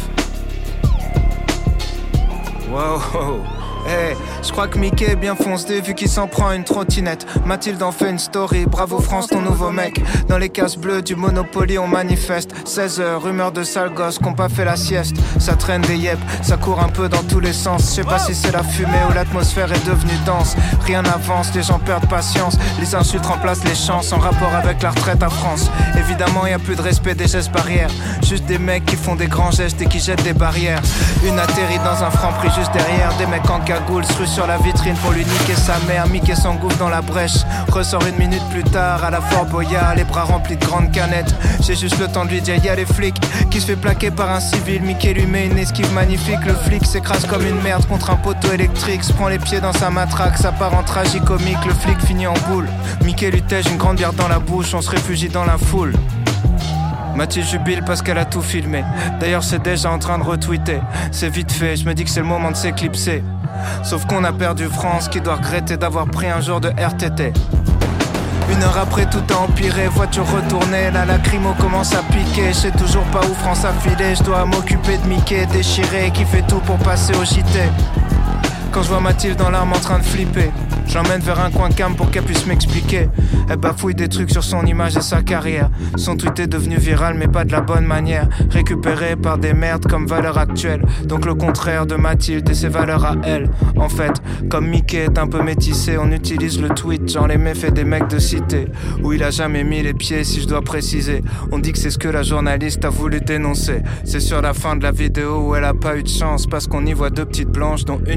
Wow. Hey, je crois que Mickey est bien foncé vu qu'il s'en prend une trottinette. Mathilde en fait une story, bravo France ton nouveau mec. Dans les cases bleues du Monopoly on manifeste. 16h, rumeur de sale gosse qu'on pas fait la sieste. Ça traîne des yep, ça court un peu dans tous les sens. Je sais pas si c'est la fumée ou l'atmosphère est devenue dense. Rien n'avance, les gens perdent patience. Les insultes remplacent les chances en rapport avec la retraite à France. Évidemment y a plus de respect des gestes barrières. Juste des mecs qui font des grands gestes et qui jettent des barrières. Une atterrit dans un franc prix juste derrière. Des mecs en cagoule se ruent sur la vitrine pour lui niquer sa mère. Mickey s'engouffre dans la brèche, ressort une minute plus tard à la Fort Boyard, les bras remplis de grandes canettes. J'ai juste le temps de lui dire y'a les flics, qui se fait plaquer par un civil. Mickey lui met une esquive magnifique. Le flic s'écrase comme une merde contre un poteau électrique, se prend les pieds dans sa matraque, ça part en tragicomique. Le flic finit en boule, Mickey lui tège une grande bière dans la bouche. On se réfugie dans la foule. Mathilde jubile parce qu'elle a tout filmé. D'ailleurs c'est déjà en train de retweeter. C'est vite fait, je me dis que c'est le moment de s'éclipser. Sauf qu'on a perdu France, qui doit regretter d'avoir pris un jour de RTT. Une heure après tout a empiré, voiture retournée, la lacrymo commence à piquer. Je sais toujours pas où France a filé, je dois m'occuper de Mickey déchiré, qui fait tout pour passer au JT. Quand je vois Mathilde dans l'arme en train de flipper, je l'emmène vers un coin calme pour qu'elle puisse m'expliquer. Elle bafouille des trucs sur son image et sa carrière. Son tweet est devenu viral mais pas de la bonne manière. Récupéré par des merdes comme valeur actuelle. Donc le contraire de Mathilde et ses valeurs à elle. En fait, comme Mickey est un peu métissé, on utilise le tweet genre les méfaits des mecs de cité. Où il a jamais mis les pieds si je dois préciser. On dit que c'est ce que la journaliste a voulu dénoncer. C'est sur la fin de la vidéo où elle a pas eu de chance parce qu'on y voit deux petites blanches dont une qui dit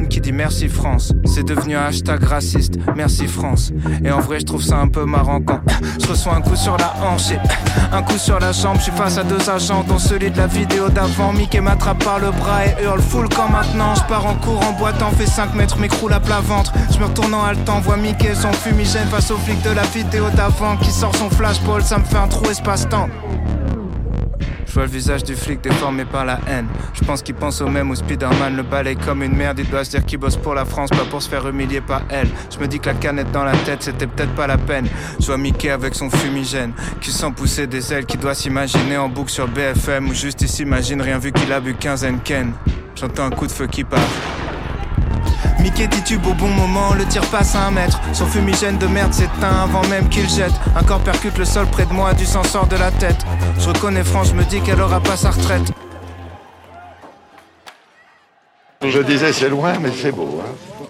merci France. C'est devenu un hashtag raciste, merci France. Et en vrai je trouve ça un peu marrant quand je reçois un coup sur la hanche et un coup sur la jambe. Je suis face à deux agents dont celui de la vidéo d'avant. Mickey m'attrape par le bras et hurle full quand maintenant. Je pars en cours en boitant, fais 5 mètres, m'écroule à plat ventre. Je me retourne en haletant, vois Mickey son fumigène face au flic de la vidéo d'avant qui sort son flashball, ça me fait un trou espace-temps. Je vois le visage du flic déformé par la haine. Je pense qu'il pense au même où Spider-Man le balaye comme une merde. Il doit se dire qu'il bosse pour la France, pas pour se faire humilier par elle. Je me dis que la canette dans la tête, c'était peut-être pas la peine. Je vois Mickey avec son fumigène qui sent pousser des ailes, qui doit s'imaginer en boucle sur BFM. Ou juste il s'imagine rien vu qu'il a bu 15 Henken. J'entends un coup de feu qui part. Mickey titube au bon moment, le tir passe à 1 mètre. Son fumigène de merde s'éteint avant même qu'il jette. Un corps percute le sol près de moi, du sang sort de la tête. Je reconnais France, je me dis qu'elle aura pas sa retraite. Je disais c'est loin mais c'est beau, hein.